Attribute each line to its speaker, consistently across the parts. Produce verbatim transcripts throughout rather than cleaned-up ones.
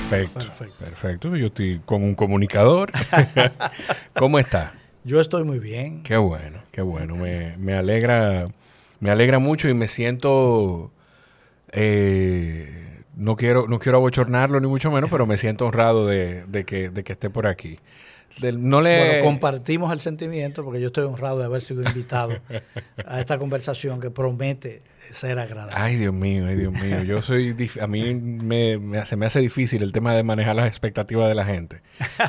Speaker 1: Perfecto,
Speaker 2: Perfecto.
Speaker 1: perfecto. Yo estoy con un comunicador. ¿Cómo está?
Speaker 2: Yo estoy muy bien.
Speaker 1: Qué bueno, qué bueno. Me, me alegra, me alegra mucho y me siento, eh, no quiero, no quiero abochornarlo ni mucho menos, pero me siento honrado de, de que, de que esté por aquí. De, no le...
Speaker 2: Bueno, compartimos el sentimiento porque yo estoy honrado de haber sido invitado a esta conversación que promete ser agradable.
Speaker 1: Ay, Dios mío, ay, Dios mío. Yo soy, dif- a mí me, me hace, me hace difícil el tema de manejar las expectativas de la gente.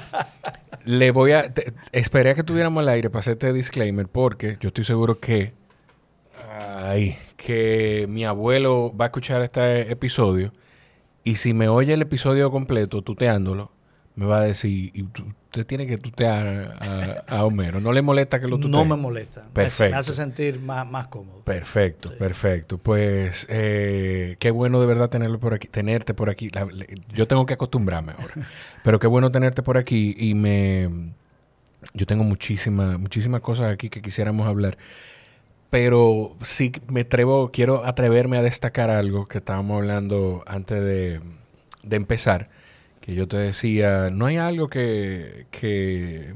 Speaker 1: Le voy a, te- esperé a que tuviéramos el aire para hacer este disclaimer porque yo estoy seguro que, ay, que mi abuelo va a escuchar este episodio y si me oye el episodio completo tuteándolo, me va a decir, y tú- usted tiene que tutear a, a Homero. ¿No le molesta que lo tutee?
Speaker 2: No me molesta. Me-
Speaker 1: Perfecto.
Speaker 2: Me hace sentir más, más cómodo.
Speaker 1: Perfecto,
Speaker 2: Sí.
Speaker 1: perfecto. Pues eh, qué bueno de verdad tenerlo por aquí, tenerte por aquí. La- le- yo tengo que acostumbrarme ahora, pero qué bueno tenerte por aquí y me, yo tengo muchísimas, muchísimas cosas aquí que quisiéramos hablar, pero sí me atrevo, quiero atreverme a destacar algo que estábamos hablando antes de, de empezar, que yo te decía, no hay algo que, que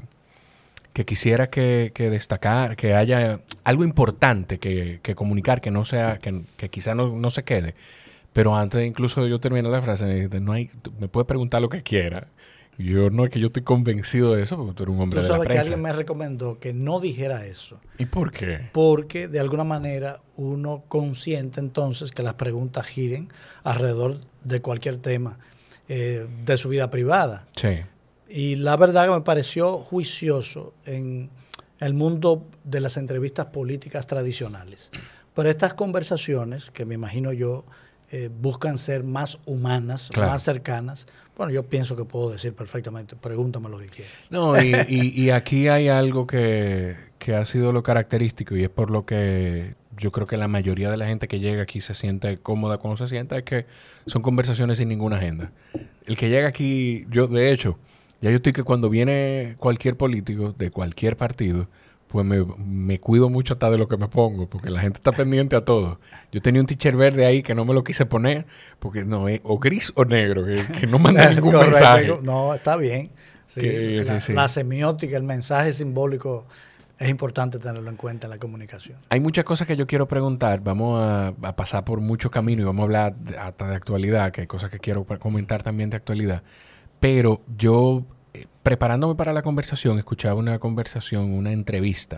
Speaker 1: que quisiera que, que destacar, que haya algo importante que, que comunicar, que no sea, que, que quizá no, no se quede. Pero antes de incluso yo terminar la frase, me dijiste, no hay, tú me puedes preguntar lo que quiera. Y yo no es que yo estoy convencido de eso, porque tú eres un hombre
Speaker 2: Tú
Speaker 1: de la
Speaker 2: sabes que
Speaker 1: prensa.
Speaker 2: alguien me recomendó que no dijera eso,
Speaker 1: ¿Y por qué?
Speaker 2: porque de alguna manera uno consiente entonces que las preguntas giren alrededor de cualquier tema eh, de su vida privada.
Speaker 1: Sí.
Speaker 2: Y la verdad que me pareció juicioso en el mundo de las entrevistas políticas tradicionales. Pero estas conversaciones, que me imagino yo, eh, buscan ser más humanas,
Speaker 1: Claro.
Speaker 2: más cercanas. Bueno, yo pienso que puedo decir perfectamente, pregúntame lo que quieras.
Speaker 1: No, y, y, y aquí hay algo que, que ha sido lo característico y es por lo que yo creo que la mayoría de la gente que llega aquí se siente cómoda cuando se sienta, es que son conversaciones sin ninguna agenda. El que llega aquí, yo de hecho, ya yo estoy que cuando viene cualquier político de cualquier partido, pues me, me cuido mucho hasta de lo que me pongo, porque la gente está pendiente a todo. Yo tenía un t-shirt verde ahí que no me lo quise poner, porque no es o gris o negro, que, que no manda ningún
Speaker 2: Correcto.
Speaker 1: mensaje.
Speaker 2: No, está bien. Sí,
Speaker 1: Que-
Speaker 2: la,
Speaker 1: sí, sí.
Speaker 2: la semiótica, el mensaje simbólico es importante tenerlo en cuenta en la comunicación.
Speaker 1: Hay muchas cosas que yo quiero preguntar. Vamos a, a pasar por muchos caminos y vamos a hablar de- hasta de actualidad, que hay cosas que quiero pa- comentar también de actualidad. Pero yo, eh, preparándome para la conversación, escuchaba una conversación, una entrevista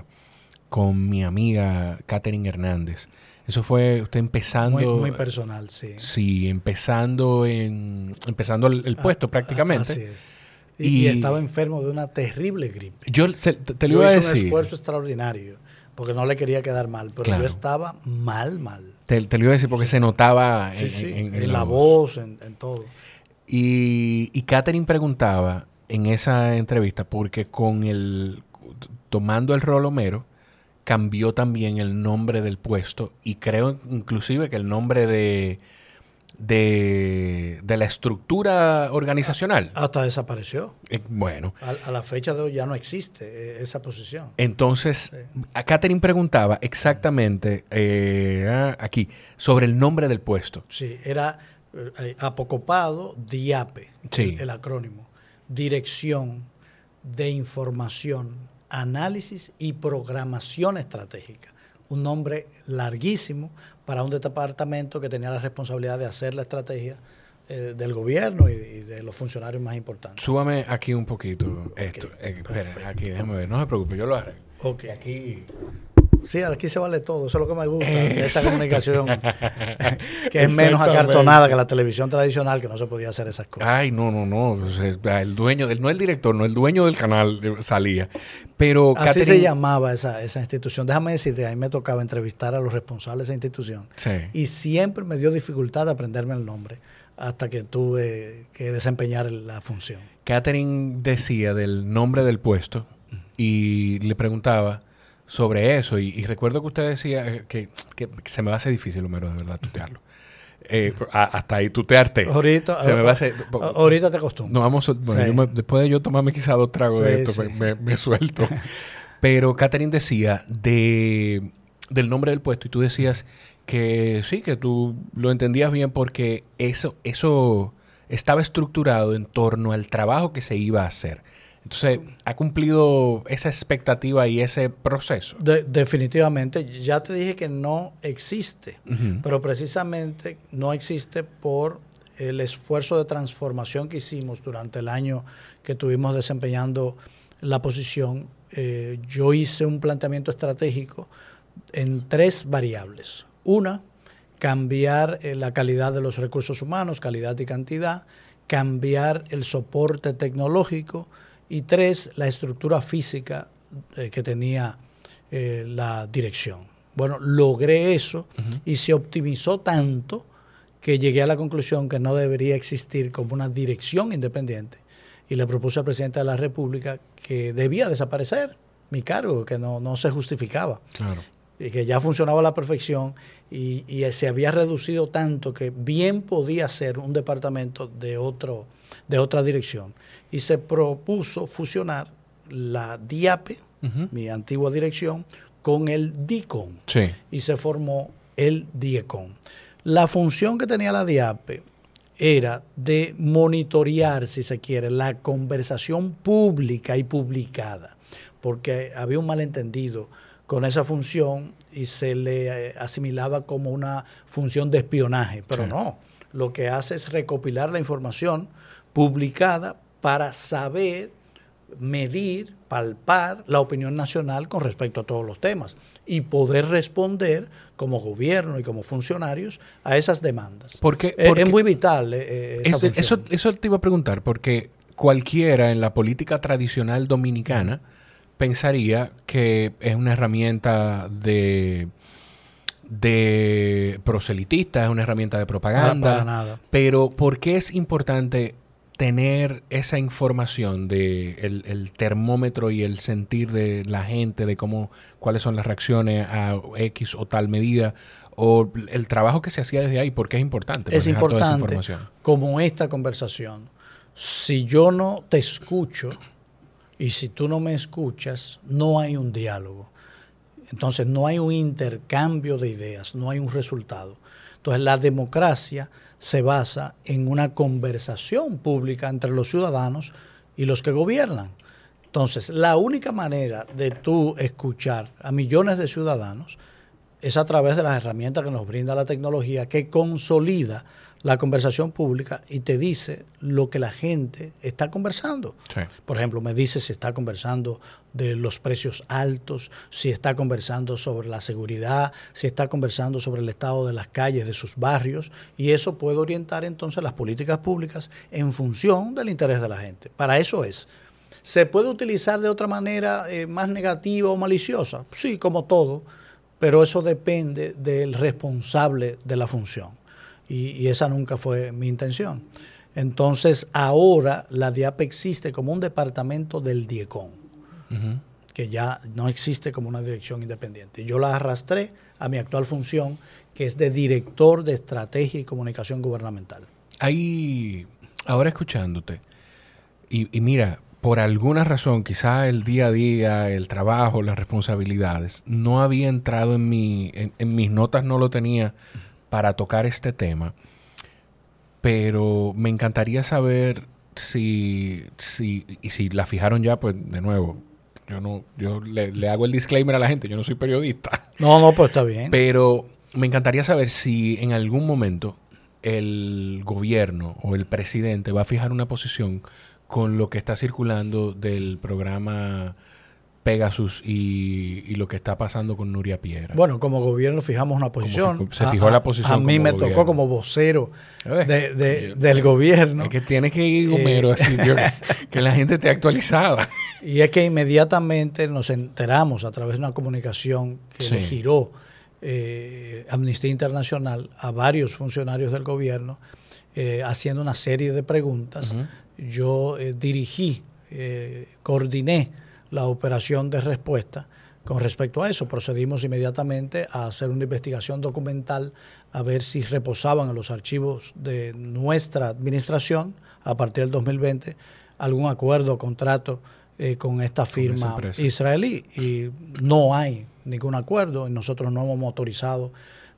Speaker 1: con mi amiga Catherine Hernández. Eso fue usted empezando...
Speaker 2: Muy, muy personal, sí.
Speaker 1: Sí, empezando en empezando el, el puesto
Speaker 2: Ah,
Speaker 1: prácticamente.
Speaker 2: Así es. Y,
Speaker 1: Y-
Speaker 2: y estaba enfermo de una terrible gripe.
Speaker 1: Yo se- te, te lo
Speaker 2: Yo
Speaker 1: iba a
Speaker 2: hice un
Speaker 1: decir.
Speaker 2: esfuerzo extraordinario porque no le quería quedar mal, pero
Speaker 1: Claro.
Speaker 2: yo estaba mal, mal.
Speaker 1: Te, te lo iba a decir porque se notaba
Speaker 2: Sí,
Speaker 1: en,
Speaker 2: sí,
Speaker 1: en- en
Speaker 2: en,
Speaker 1: la
Speaker 2: la
Speaker 1: voz.
Speaker 2: voz, en, en todo.
Speaker 1: Y, y Catherine preguntaba en esa entrevista porque con el tomando el rol Homero cambió también el nombre del puesto y creo inclusive que el nombre de de, de la estructura organizacional.
Speaker 2: Hasta desapareció.
Speaker 1: Eh, bueno,
Speaker 2: A, a la fecha de hoy ya no existe eh, esa posición.
Speaker 1: entonces
Speaker 2: Sí.
Speaker 1: a Catherine preguntaba exactamente eh, ah, aquí sobre el nombre del puesto.
Speaker 2: Sí, era eh, apocopado DIAPE,
Speaker 1: Sí.
Speaker 2: el, el acrónimo. Dirección de Información, Análisis y Programación Estratégica. Un nombre larguísimo para un departamento que tenía la responsabilidad de hacer la estrategia eh, del gobierno y, y de los funcionarios más importantes.
Speaker 1: Súbame aquí un poquito esto. Eh, espera,
Speaker 2: perfecto.
Speaker 1: aquí, déjame ver. No se preocupe, yo lo arreglo.
Speaker 2: Ok.
Speaker 1: Y aquí...
Speaker 2: Sí, aquí se vale todo. Eso es lo que me gusta de esta
Speaker 1: Exacto.
Speaker 2: comunicación, que es menos acartonada que la televisión tradicional, que no se podía hacer esas cosas.
Speaker 1: Ay, no, no, no. Pues, eh, el dueño, del, no el director, no el dueño del canal eh, salía. Pero
Speaker 2: Así
Speaker 1: Catherine-
Speaker 2: se llamaba esa, esa institución. Déjame decirte, a mí me tocaba entrevistar a los responsables de esa institución.
Speaker 1: Sí.
Speaker 2: Y siempre me dio dificultad aprenderme el nombre hasta que tuve que desempeñar la función.
Speaker 1: Catherine decía del nombre del puesto y le preguntaba sobre eso. Y, y recuerdo que usted decía eh, que, que se me va a hacer difícil, Homero, de verdad, tutearlo. Eh, a- hasta ahí tutearte.
Speaker 2: Ahorita,
Speaker 1: Se me va a hacer...
Speaker 2: ahorita te acostumbras.
Speaker 1: No, vamos a- bueno,
Speaker 2: Sí.
Speaker 1: yo me- después de yo tomarme quizá dos tragos de
Speaker 2: Sí,
Speaker 1: esto,
Speaker 2: sí.
Speaker 1: me, me- me suelto. Pero Catherine decía de, del nombre del puesto y tú decías que sí, que tú lo entendías bien porque eso, eso, estaba estructurado en torno al trabajo que se iba a hacer. Entonces, ¿ha cumplido esa expectativa y ese proceso?
Speaker 2: De, definitivamente. Ya te dije que no existe,
Speaker 1: Uh-huh.
Speaker 2: pero precisamente no existe por el esfuerzo de transformación que hicimos durante el año que estuvimos desempeñando la posición. Eh, yo hice un planteamiento estratégico en tres variables. Una, cambiar eh, la calidad de los recursos humanos, calidad y cantidad, cambiar el soporte tecnológico, y tres, la estructura física eh, que tenía eh, la dirección. Bueno, logré eso uh-huh. y se optimizó tanto que llegué a la conclusión que no debería existir como una dirección independiente, y le propuse al presidente de la República que debía desaparecer mi cargo, que no, no se justificaba.
Speaker 1: Claro.
Speaker 2: Y que ya funcionaba a la perfección y, y se había reducido tanto que bien podía ser un departamento de, otro, de otra dirección. Y se propuso fusionar la DIAPE, uh-huh. mi antigua dirección, con el DICON.
Speaker 1: Sí.
Speaker 2: Y se formó el DIECON. La función que tenía la DIAPE era de monitorear, si se quiere, la conversación pública y publicada, porque había un malentendido con esa función y se le asimilaba como una función de espionaje, pero sí. no, lo que hace es recopilar la información publicada para saber, medir, palpar la opinión nacional con respecto a todos los temas y poder responder como gobierno y como funcionarios a esas demandas.
Speaker 1: Porque,
Speaker 2: eh,
Speaker 1: porque
Speaker 2: es muy vital eh, esa
Speaker 1: este,
Speaker 2: función.
Speaker 1: Eso, eso te iba a preguntar, porque cualquiera en la política tradicional dominicana pensaría que es una herramienta de, de proselitista, es una herramienta de propaganda.
Speaker 2: Para, para nada.
Speaker 1: Pero ¿por qué es importante tener esa información de el, el termómetro y el sentir de la gente, de cómo, cuáles son las reacciones a X o tal medida, o el trabajo que se hacía desde ahí? ¿Por qué es importante?
Speaker 2: Es importante, como esta conversación. Si yo no te escucho y si tú no me escuchas, no hay un diálogo. Entonces no hay un intercambio de ideas, no hay un resultado. Entonces la democracia se basa en una conversación pública entre los ciudadanos y los que gobiernan. Entonces, la única manera de tú escuchar a millones de ciudadanos es a través de las herramientas que nos brinda la tecnología, que consolida la conversación pública y te dice lo que la gente está conversando.
Speaker 1: Sí.
Speaker 2: Por ejemplo, me dice si está conversando de los precios altos, si está conversando sobre la seguridad, si está conversando sobre el estado de las calles de sus barrios, y eso puede orientar entonces las políticas públicas en función del interés de la gente. Para eso es. ¿Se puede utilizar de otra manera eh, más negativa o maliciosa? Sí, como todo, pero eso depende del responsable de la función. Y, y esa nunca fue mi intención. Entonces, ahora la DIAPE existe como un departamento del DIECON, uh-huh. que ya no existe como una dirección independiente. Yo la arrastré a mi actual función, que es de director de estrategia y comunicación gubernamental.
Speaker 1: Ahí, ahora escuchándote, y, y mira, por alguna razón, quizá el día a día, el trabajo, las responsabilidades, no había entrado en mi, en, en mis notas, no lo tenía para tocar este tema, pero me encantaría saber si, si y si la fijaron ya, pues de nuevo, yo no, yo le, le hago el disclaimer a la gente, yo no soy periodista.
Speaker 2: No, no, pues está bien.
Speaker 1: Pero me encantaría saber si en algún momento el gobierno o el presidente va a fijar una posición con lo que está circulando del programa Pegasus y, y lo que está pasando con Nuria Piera.
Speaker 2: Bueno, como gobierno fijamos una posición.
Speaker 1: Se, se fijó
Speaker 2: a,
Speaker 1: la posición.
Speaker 2: A, a mí me
Speaker 1: gobierno.
Speaker 2: tocó como vocero de, de, del gobierno.
Speaker 1: Es que tiene que ir Homero, eh, así, yo, que la gente esté actualizada.
Speaker 2: Y es que inmediatamente nos enteramos a través de una comunicación que sí. le giró eh, Amnistía Internacional a varios funcionarios del gobierno, eh, haciendo una serie de preguntas. Uh-huh. Yo eh, dirigí, eh, coordiné la operación de respuesta con respecto a eso. Procedimos inmediatamente a hacer una investigación documental a ver si reposaban en los archivos de nuestra administración a partir del dos mil veinte algún acuerdo o contrato eh, con esta firma israelí. Y no hay ningún acuerdo y nosotros no hemos autorizado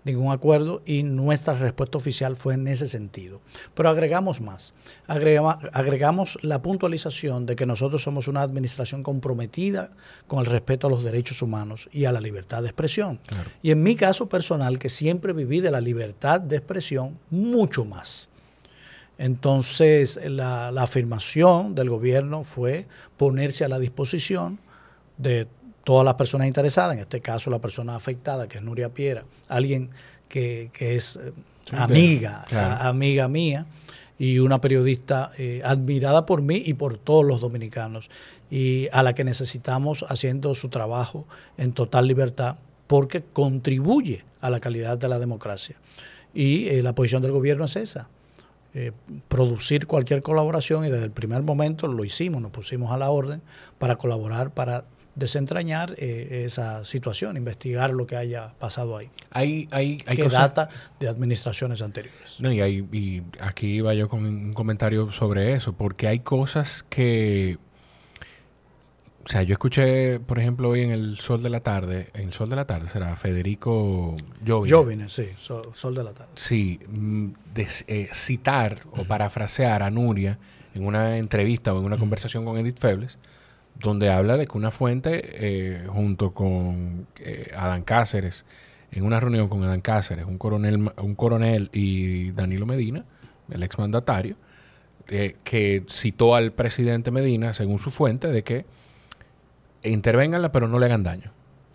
Speaker 2: ningún acuerdo y nuestra respuesta oficial fue en ese sentido. Pero agregamos más, agregamos, agregamos la puntualización de que nosotros somos una administración comprometida con el respeto a los derechos humanos y a la libertad de expresión. Claro. Y en mi caso personal, que siempre viví de la libertad de expresión, mucho más. Entonces, la, la afirmación del gobierno fue ponerse a la disposición de todas las personas interesadas, en este caso la persona afectada, que es Nuria Piera, alguien que, que es sí, amiga, claro. a, amiga mía, y una periodista eh, admirada por mí y por todos los dominicanos, y a la que necesitamos haciendo su trabajo en total libertad, porque contribuye a la calidad de la democracia. Y eh, la posición del gobierno es esa. Eh, producir cualquier colaboración, y desde el primer momento lo hicimos, nos pusimos a la orden para colaborar, para desentrañar eh, esa situación, investigar lo que haya pasado ahí.
Speaker 1: Hay, hay, hay
Speaker 2: que
Speaker 1: cosas...
Speaker 2: data de administraciones anteriores.
Speaker 1: No, y, hay, y aquí iba yo con un comentario sobre eso, porque hay cosas que... O sea, yo escuché, por ejemplo, hoy en el Sol de la Tarde, en el Sol de la Tarde será Federico Jovine.
Speaker 2: Jovine, sí, Sol, Sol de la Tarde.
Speaker 1: Sí, de, eh, citar o parafrasear a Nuria en una entrevista o en una conversación con Edith Febles, donde habla de que una fuente, eh, junto con eh, Adán Cáceres, en una reunión con Adán Cáceres, un coronel, un coronel y Danilo Medina, el exmandatario, eh, que citó al presidente Medina, según su fuente, de que intervénganla, pero no le hagan daño.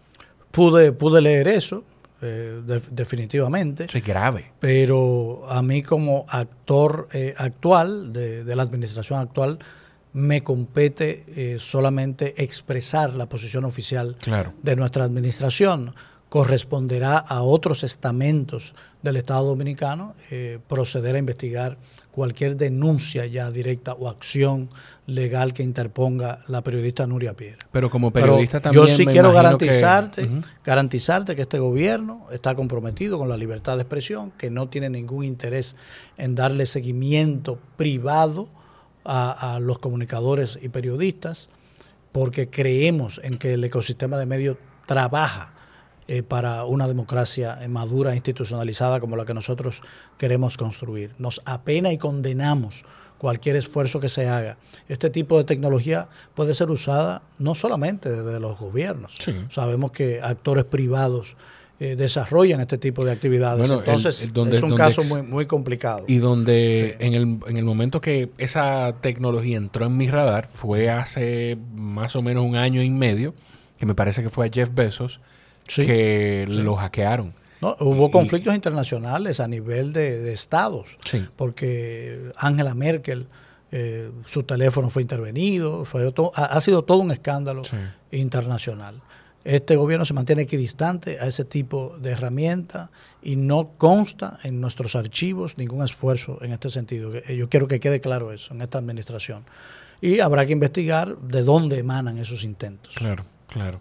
Speaker 2: Pude, pude leer eso, eh, de, definitivamente.
Speaker 1: Eso es grave.
Speaker 2: Pero a mí como actor eh, actual, de, de la administración actual, me compete eh, solamente expresar la posición oficial
Speaker 1: claro.
Speaker 2: de nuestra administración. Corresponderá a otros estamentos del Estado Dominicano eh, proceder a investigar cualquier denuncia ya directa o acción legal que interponga la periodista Nuria Piera.
Speaker 1: Pero como periodista Pero también
Speaker 2: yo sí quiero garantizarte,
Speaker 1: que... Uh-huh.
Speaker 2: garantizarte que este gobierno está comprometido con la libertad de expresión, que no tiene ningún interés en darle seguimiento privado a, a los comunicadores y periodistas, porque creemos en que el ecosistema de medios trabaja Eh, para una democracia madura, institucionalizada como la que nosotros queremos construir. Nos apena y condenamos cualquier esfuerzo que se haga. Este tipo de tecnología puede ser usada no solamente desde los gobiernos. Sí. Sabemos que actores privados eh, desarrollan este tipo de actividades. Bueno, Entonces, el, el donde, es un donde, caso muy, muy complicado.
Speaker 1: Y donde sí. en, el, en el momento que esa tecnología entró en mi radar, fue hace más o menos un año y medio, que me parece que fue a Jeff Bezos, Sí, que sí. lo hackearon.
Speaker 2: No, hubo conflictos y, internacionales a nivel de, de estados,
Speaker 1: sí.
Speaker 2: porque Angela Merkel, eh, su teléfono fue intervenido, fue todo, ha, ha sido todo un escándalo sí. internacional. Este gobierno se mantiene equidistante a ese tipo de herramientas y no consta en nuestros archivos ningún esfuerzo en este sentido. Yo quiero que quede claro eso en esta administración. Y habrá que investigar de dónde emanan esos intentos.
Speaker 1: Claro, claro.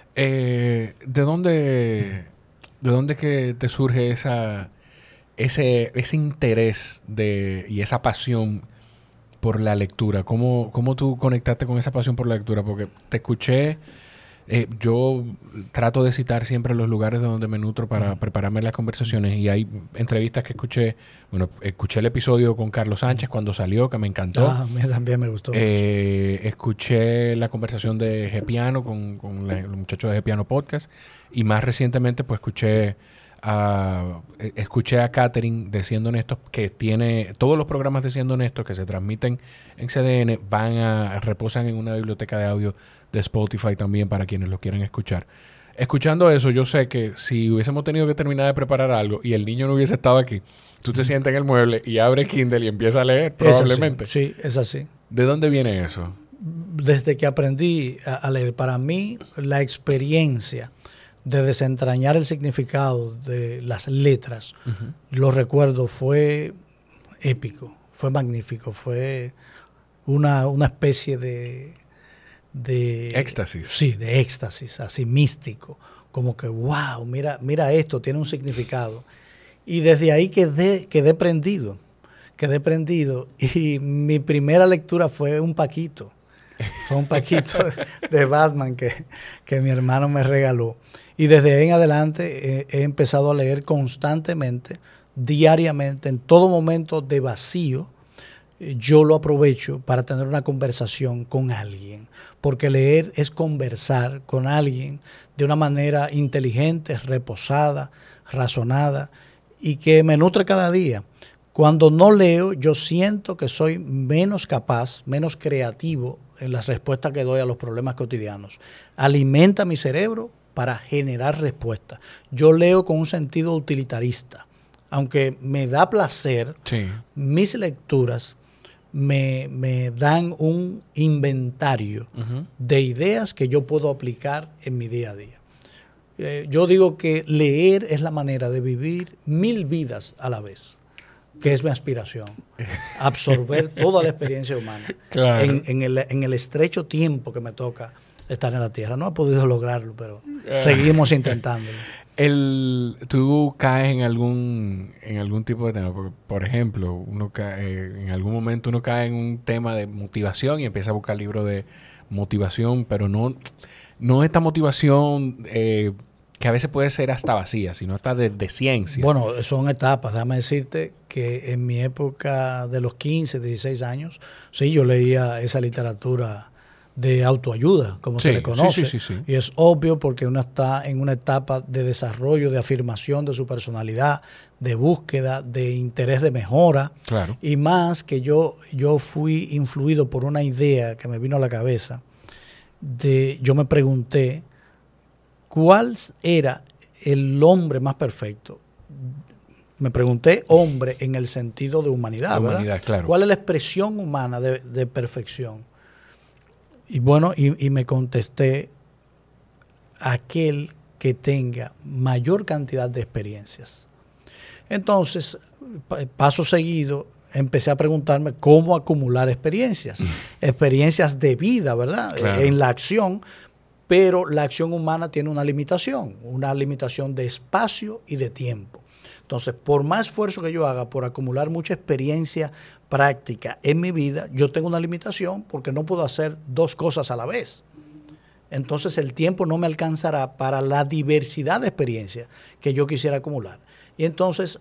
Speaker 1: Eh, ¿De dónde, de dónde que te surge esa, ese, ese interés de, y esa pasión por la lectura? ¿Cómo, cómo tú conectaste con esa pasión por la lectura? Porque te escuché, eh, yo trato de citar siempre los lugares de donde me nutro para uh-huh. prepararme las conversaciones, y hay entrevistas que escuché, bueno, escuché el episodio con Carlos Sánchez cuando salió, que me encantó.
Speaker 2: Ah, a mí también me gustó
Speaker 1: eh, mucho. Escuché la conversación de G-Piano con, con la, los muchachos de G-Piano Podcast, y más recientemente pues escuché a, escuché a Catherine de Siendo Honestos, que tiene todos los programas de Siendo Honestos que se transmiten en C D N, van a reposan en una biblioteca de audio de Spotify también para quienes lo quieran escuchar. Escuchando eso, yo sé que si hubiésemos tenido que terminar de preparar algo y el niño no hubiese estado aquí, tú te sientas en el mueble y abres Kindle y empiezas a leer, probablemente.
Speaker 2: Es así, sí, es así.
Speaker 1: ¿De dónde viene eso?
Speaker 2: Desde que aprendí a, a leer, para mí la experiencia de desentrañar el significado de las letras, uh-huh. lo recuerdo, fue épico, fue magnífico, fue una, una especie de... de
Speaker 1: éxtasis.
Speaker 2: Sí, de éxtasis, así místico, como que wow, mira, mira esto, tiene un significado. Y desde ahí quedé, quedé prendido, quedé prendido, y mi primera lectura fue un Paquito, fue un Paquito de Batman que, que mi hermano me regaló. Y desde ahí en adelante eh, he empezado a leer constantemente, diariamente, en todo momento de vacío. eh, Yo lo aprovecho para tener una conversación con alguien, porque leer es conversar con alguien de una manera inteligente, reposada, razonada y que me nutre cada día. Cuando no leo, yo siento que soy menos capaz, menos creativo en las respuestas que doy a los problemas cotidianos. Alimenta mi cerebro para generar respuestas. Yo leo con un sentido utilitarista. Aunque me da placer,
Speaker 1: Sí.
Speaker 2: mis lecturas me, me dan un inventario
Speaker 1: Ujú.
Speaker 2: de ideas que yo puedo aplicar en mi día a día. Eh, yo digo que leer es la manera de vivir mil vidas a la vez, que es mi aspiración. Absorber toda la experiencia humana
Speaker 1: Claro.
Speaker 2: en, en, el, en el estrecho tiempo que me toca estar en la Tierra. No he podido lograrlo, pero seguimos intentándolo.
Speaker 1: El, tú caes en algún en algún tipo de tema, porque, por ejemplo, uno cae, en algún momento uno cae en un tema de motivación y empieza a buscar libros de motivación, pero no, no esta motivación eh, que a veces puede ser hasta vacía, sino hasta de, de ciencia.
Speaker 2: Bueno, son etapas. Déjame decirte que en mi época de los quince, dieciséis años, sí, yo leía esa literatura de autoayuda, como
Speaker 1: Sí,
Speaker 2: se le conoce.
Speaker 1: sí, sí, sí, sí.
Speaker 2: Y es obvio porque uno está en una etapa de desarrollo, de afirmación de su personalidad, de búsqueda, de interés de mejora.
Speaker 1: Claro.
Speaker 2: Y más que yo, yo fui influido por una idea que me vino a la cabeza. De, yo me pregunté, ¿cuál era el hombre más perfecto? Me pregunté hombre en el sentido de humanidad,
Speaker 1: La
Speaker 2: ¿verdad?
Speaker 1: humanidad, claro.
Speaker 2: ¿Cuál es la expresión humana de, de perfección? Y bueno, y, y me contesté, aquel que tenga mayor cantidad de experiencias. Entonces, pa- paso seguido, empecé a preguntarme cómo acumular experiencias, experiencias de vida, ¿verdad?
Speaker 1: Claro.
Speaker 2: Eh, En la acción, pero la acción humana tiene una limitación, una limitación de espacio y de tiempo. Entonces, por más esfuerzo que yo haga por acumular mucha experiencia práctica en mi vida, yo tengo una limitación porque no puedo hacer dos cosas a la vez. Entonces, el tiempo no me alcanzará para la diversidad de experiencias que yo quisiera acumular. Y entonces,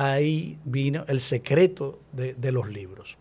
Speaker 2: ahí vino el secreto de, de los libros.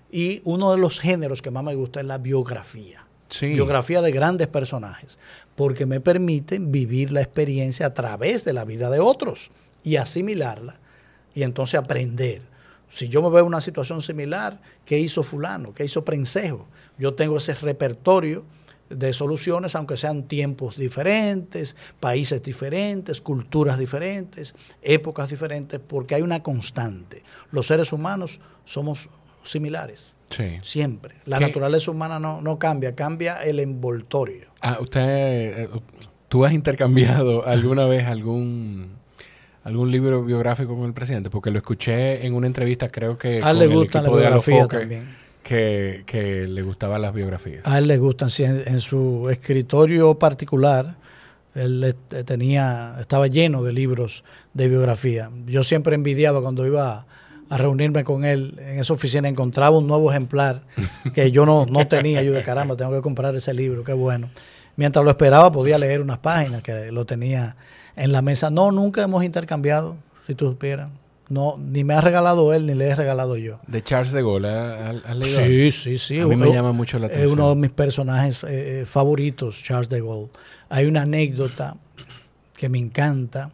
Speaker 2: Y uno de los géneros que más me gusta es la biografía.
Speaker 1: Sí.
Speaker 2: Biografía de grandes personajes, porque me permiten vivir la experiencia a través de la vida de otros y asimilarla y entonces aprender. Si yo me veo en una situación similar, ¿qué hizo fulano? ¿Qué hizo Prensejo? Yo tengo ese repertorio de soluciones, aunque sean tiempos diferentes, países diferentes, culturas diferentes, épocas diferentes, porque hay una constante. Los seres humanos somos similares.
Speaker 1: Sí.
Speaker 2: Siempre. La
Speaker 1: ¿Qué?
Speaker 2: naturaleza humana no, no cambia, cambia el envoltorio.
Speaker 1: Ah, usted, eh, ¿tú has intercambiado alguna vez algún algún libro biográfico con el presidente? Porque lo escuché en una entrevista, creo que
Speaker 2: A él
Speaker 1: con
Speaker 2: le
Speaker 1: el
Speaker 2: gustan las
Speaker 1: equipo de
Speaker 2: biografías
Speaker 1: Alofoque,
Speaker 2: también.
Speaker 1: que, que le gustaban las biografías.
Speaker 2: A él le gustan, sí, en, en su escritorio particular, él eh, tenía, estaba lleno de libros de biografía. Yo siempre envidiaba cuando iba a, a reunirme con él en esa oficina, encontraba un nuevo ejemplar que yo no, no tenía. Yo de caramba, tengo que comprar ese libro, qué bueno. Mientras lo esperaba podía leer unas páginas que lo tenía en la mesa. No, nunca hemos intercambiado, si tú supieras. No, ni me ha regalado él, ni le he regalado yo.
Speaker 1: De Charles de Gaulle, ¿has has leído?
Speaker 2: Sí, sí, sí.
Speaker 1: A mí me
Speaker 2: U-
Speaker 1: llama mucho la
Speaker 2: Es
Speaker 1: atención.
Speaker 2: uno de mis personajes eh, favoritos, Charles de Gaulle. Hay una anécdota que me encanta.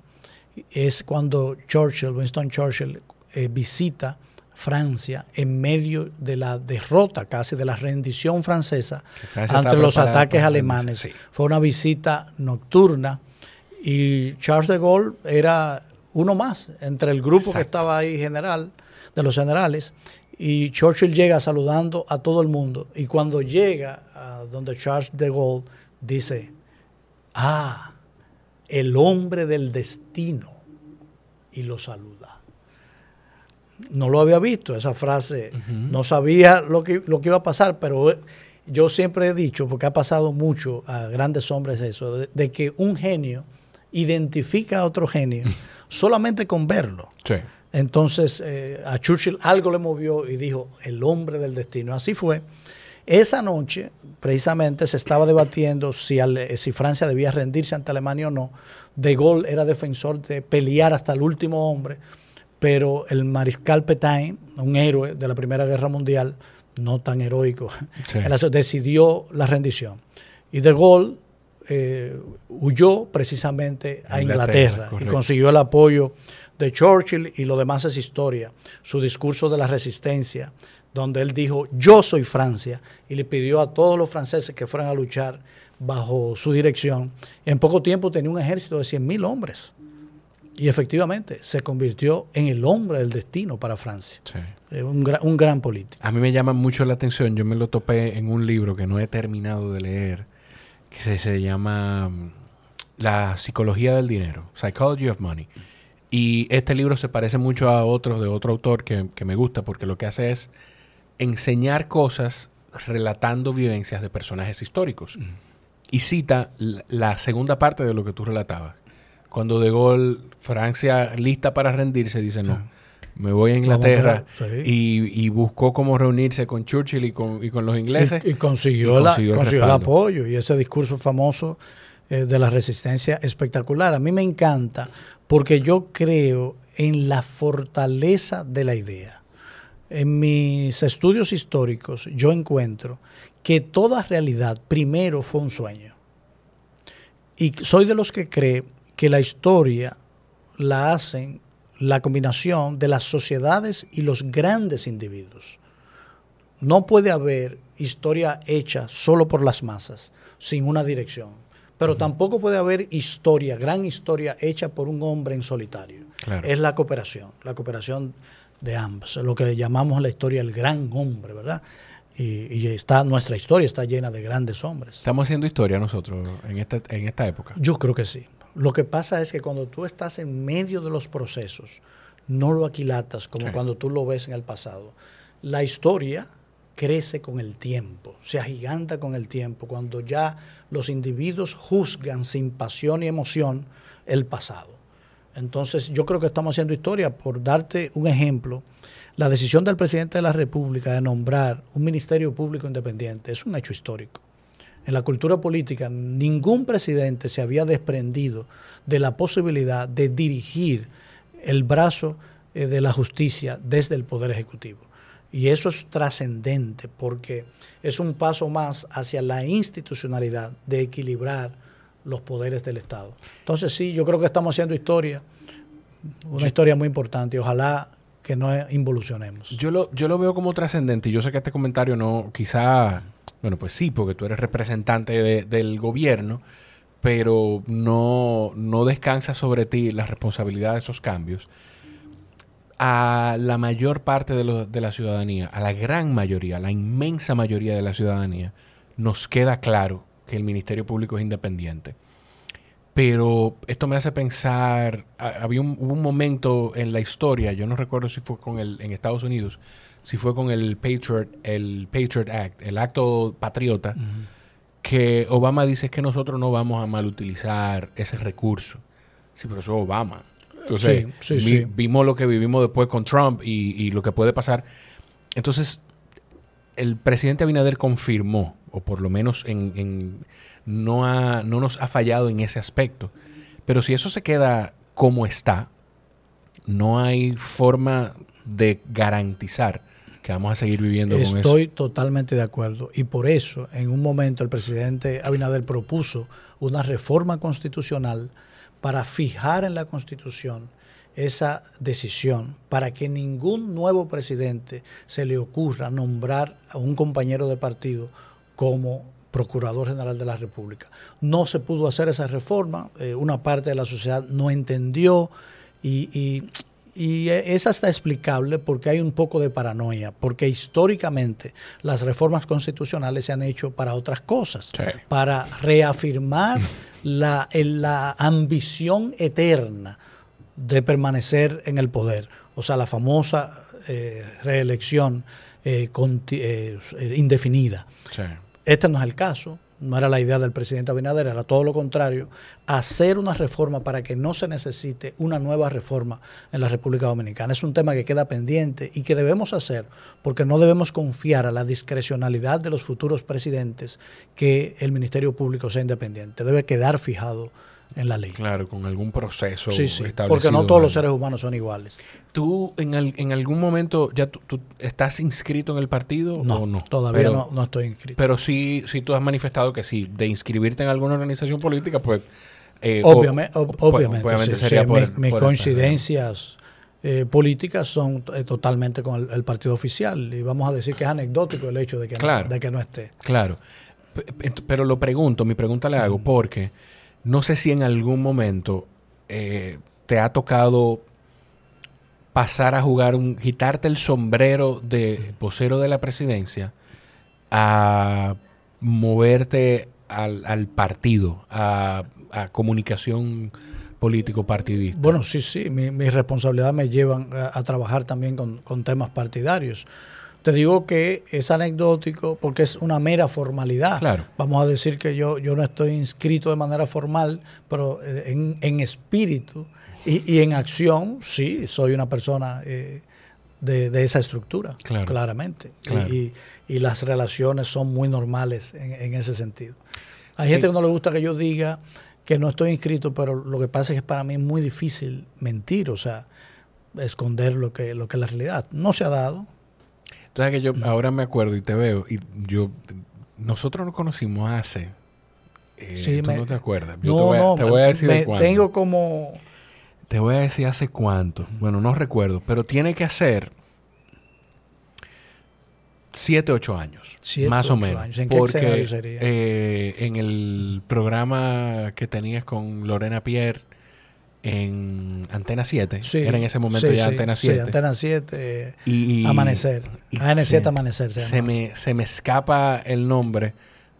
Speaker 2: Es cuando Churchill, Winston Churchill, eh, visita Francia en medio de la derrota, casi de la rendición francesa
Speaker 1: Francia
Speaker 2: ante
Speaker 1: estaba
Speaker 2: los
Speaker 1: preparada
Speaker 2: ataques
Speaker 1: para
Speaker 2: alemanes.
Speaker 1: rendirse, sí.
Speaker 2: Fue una visita nocturna y Charles de Gaulle era uno más entre el grupo
Speaker 1: Exacto.
Speaker 2: que estaba ahí general, de los generales, y Churchill llega saludando a todo el mundo. Y cuando llega a donde Charles de Gaulle, dice, ah, el hombre del destino, y lo saluda. No lo había visto, esa frase, uh-huh. No sabía lo que, lo que iba a pasar, pero yo siempre he dicho, porque ha pasado mucho a grandes hombres eso, de, de que un genio identifica a otro genio solamente con verlo.
Speaker 1: Sí.
Speaker 2: Entonces eh, a Churchill algo le movió y dijo, el hombre del destino. Así fue. Esa noche, precisamente, se estaba debatiendo si, ale, si Francia debía rendirse ante Alemania o no, De Gaulle era defensor de pelear hasta el último hombre, pero el mariscal Pétain, un héroe de la Primera Guerra Mundial, no tan heroico, sí. decidió la rendición. Y De Gaulle eh, huyó precisamente a Inglaterra, Inglaterra y consiguió el apoyo de Churchill, y lo demás es historia. Su discurso de la resistencia, donde él dijo, yo soy Francia, y le pidió a todos los franceses que fueran a luchar bajo su dirección. En poco tiempo tenía un ejército de cien mil hombres. Y efectivamente se convirtió en el hombre del destino para Francia. Sí. Eh, un, gra un gran político.
Speaker 1: A mí me llama mucho la atención. Yo me lo topé en un libro que no he terminado de leer, que se, se llama La psicología del dinero, Psychology of Money. Y este libro se parece mucho a otros de otro autor que, que me gusta, porque lo que hace es enseñar cosas relatando vivencias de personajes históricos. Mm. Y cita la, la segunda parte de lo que tú relatabas. Cuando De Gaulle, Francia lista para rendirse, dice no, me voy a Inglaterra, sí. y, y buscó cómo reunirse con Churchill y con, y con los ingleses.
Speaker 2: Y, y consiguió, y consiguió, la, el, consiguió el apoyo y ese discurso famoso eh, de la resistencia espectacular. A mí me encanta porque yo creo en la fortaleza de la idea. En mis estudios históricos yo encuentro que toda realidad primero fue un sueño. Y soy de los que cree que la historia la hacen la combinación de las sociedades y los grandes individuos. No puede haber historia hecha solo por las masas, sin una dirección. Pero uh-huh. tampoco puede haber historia, gran historia hecha por un hombre en solitario. Claro. Es la cooperación, la cooperación de ambos, lo que llamamos la historia el gran hombre, ¿verdad? Y, y está, nuestra historia está llena de grandes hombres.
Speaker 1: ¿Estamos haciendo historia nosotros en esta, en esta época?
Speaker 2: Yo creo que sí. Lo que pasa es que cuando tú estás en medio de los procesos, no lo aquilatas como sí. cuando tú lo ves en el pasado. La historia crece con el tiempo, se agiganta con el tiempo, cuando ya los individuos juzgan sin pasión y emoción el pasado. Entonces yo creo que estamos haciendo historia. Por darte un ejemplo, la decisión del presidente de la República de nombrar un ministerio público independiente es un hecho histórico. En la cultura política, ningún presidente se había desprendido de la posibilidad de dirigir el brazo eh, de la justicia desde el Poder Ejecutivo. Y eso es trascendente porque es un paso más hacia la institucionalidad de equilibrar los poderes del Estado. Entonces sí, yo creo que estamos haciendo historia, una yo, historia muy importante, y ojalá que no involucionemos.
Speaker 1: Yo lo, yo lo veo como trascendente, y yo sé que este comentario no, quizá... Bueno, pues sí, porque tú eres representante de, del gobierno, pero no, no descansa sobre ti la responsabilidad de esos cambios. A la mayor parte de, lo, de la ciudadanía, a la gran mayoría, a la inmensa mayoría de la ciudadanía, nos queda claro que el Ministerio Público es independiente. Pero esto me hace pensar, había un, hubo un momento en la historia, yo no recuerdo si fue con el, en Estados Unidos, si fue con el Patriot, el Patriot Act, el acto patriota, uh-huh. que Obama dice que nosotros no vamos a malutilizar ese recurso. Sí, pero eso es Obama. Entonces, sí, sí, vi, sí. vimos lo que vivimos después con Trump y, y lo que puede pasar. Entonces, el presidente Abinader confirmó, o por lo menos en, en, no, ha, no nos ha fallado en ese aspecto. Pero si eso se queda como está, no hay forma de garantizar que vamos a seguir viviendo con eso.
Speaker 2: Estoy totalmente de acuerdo. Y por eso, en un momento, el presidente Abinader propuso una reforma constitucional para fijar en la Constitución esa decisión, para que ningún nuevo presidente se le ocurra nombrar a un compañero de partido como Procurador General de la República. No se pudo hacer esa reforma, eh, una parte de la sociedad no entendió y... y Y esa está explicable porque hay un poco de paranoia, porque históricamente las reformas constitucionales se han hecho para otras cosas, sí. para reafirmar la, la ambición eterna de permanecer en el poder, o sea, la famosa eh, reelección eh, conti, eh, indefinida. Sí. Este no es el caso. No era la idea del presidente Abinader, era todo lo contrario, hacer una reforma para que no se necesite una nueva reforma en la República Dominicana. Es un tema que queda pendiente y que debemos hacer porque no debemos confiar a la discrecionalidad de los futuros presidentes que el Ministerio Público sea independiente. Debe quedar fijado en la ley.
Speaker 1: Claro, con algún proceso
Speaker 2: sí, sí,
Speaker 1: establecido.
Speaker 2: Porque no todos los seres humanos son iguales.
Speaker 1: ¿Tú en, el, en algún momento ya tú, tú estás inscrito en el partido
Speaker 2: no,
Speaker 1: o no?
Speaker 2: Todavía
Speaker 1: pero,
Speaker 2: no, no estoy inscrito.
Speaker 1: Pero sí, sí tú has manifestado que sí, de inscribirte en alguna organización política, pues...
Speaker 2: Eh, obviamente, o, obviamente,
Speaker 1: obviamente
Speaker 2: sí,
Speaker 1: sería
Speaker 2: sí,
Speaker 1: por,
Speaker 2: mis, mis
Speaker 1: por
Speaker 2: coincidencias eh, políticas son eh, totalmente con el, el partido oficial y vamos a decir que es anecdótico el hecho de que,
Speaker 1: claro,
Speaker 2: no, de que no esté.
Speaker 1: Claro, pero lo pregunto, mi pregunta le hago mm. porque no sé si en algún momento eh, te ha tocado pasar a jugar, un quitarte el sombrero de vocero de la presidencia a moverte al, al partido, a, a comunicación político-partidista.
Speaker 2: Bueno, sí, sí, mi, mi responsabilidad me llevan a, a trabajar también con, con temas partidarios. Te digo que es anecdótico porque es una mera formalidad.
Speaker 1: Claro.
Speaker 2: Vamos a decir que yo, yo no estoy inscrito de manera formal, pero en, en espíritu y, y en acción, sí, soy una persona eh, de, de esa estructura, claro. claramente. Claro. Y, y, y las relaciones son muy normales en, en ese sentido. Hay sí. gente que no le gusta que yo diga que no estoy inscrito, pero lo que pasa es que para mí es muy difícil mentir, o sea, esconder lo que, lo que es la realidad. No se ha dado.
Speaker 1: Entonces que yo ahora me acuerdo y te veo, y yo, nosotros nos conocimos hace, eh,
Speaker 2: sí,
Speaker 1: tú
Speaker 2: me,
Speaker 1: no te acuerdas. Yo
Speaker 2: no,
Speaker 1: te voy a,
Speaker 2: no,
Speaker 1: te voy a decir
Speaker 2: me,
Speaker 1: de cuándo.
Speaker 2: Tengo como...
Speaker 1: Te voy a decir hace cuánto. Bueno, no recuerdo, pero tiene que ser siete, ocho años.
Speaker 2: Siete,
Speaker 1: más
Speaker 2: ocho
Speaker 1: o menos.
Speaker 2: Años. ¿En qué
Speaker 1: porque,
Speaker 2: escenario sería?
Speaker 1: Eh, en el programa que tenías con Lorena Pierre en Antena siete,
Speaker 2: sí,
Speaker 1: era en ese momento
Speaker 2: sí,
Speaker 1: ya
Speaker 2: sí,
Speaker 1: Antena siete.
Speaker 2: Sí, Antena siete,
Speaker 1: y,
Speaker 2: Amanecer.
Speaker 1: Y
Speaker 2: A N siete
Speaker 1: se,
Speaker 2: Amanecer. Se,
Speaker 1: se, me, se me escapa el nombre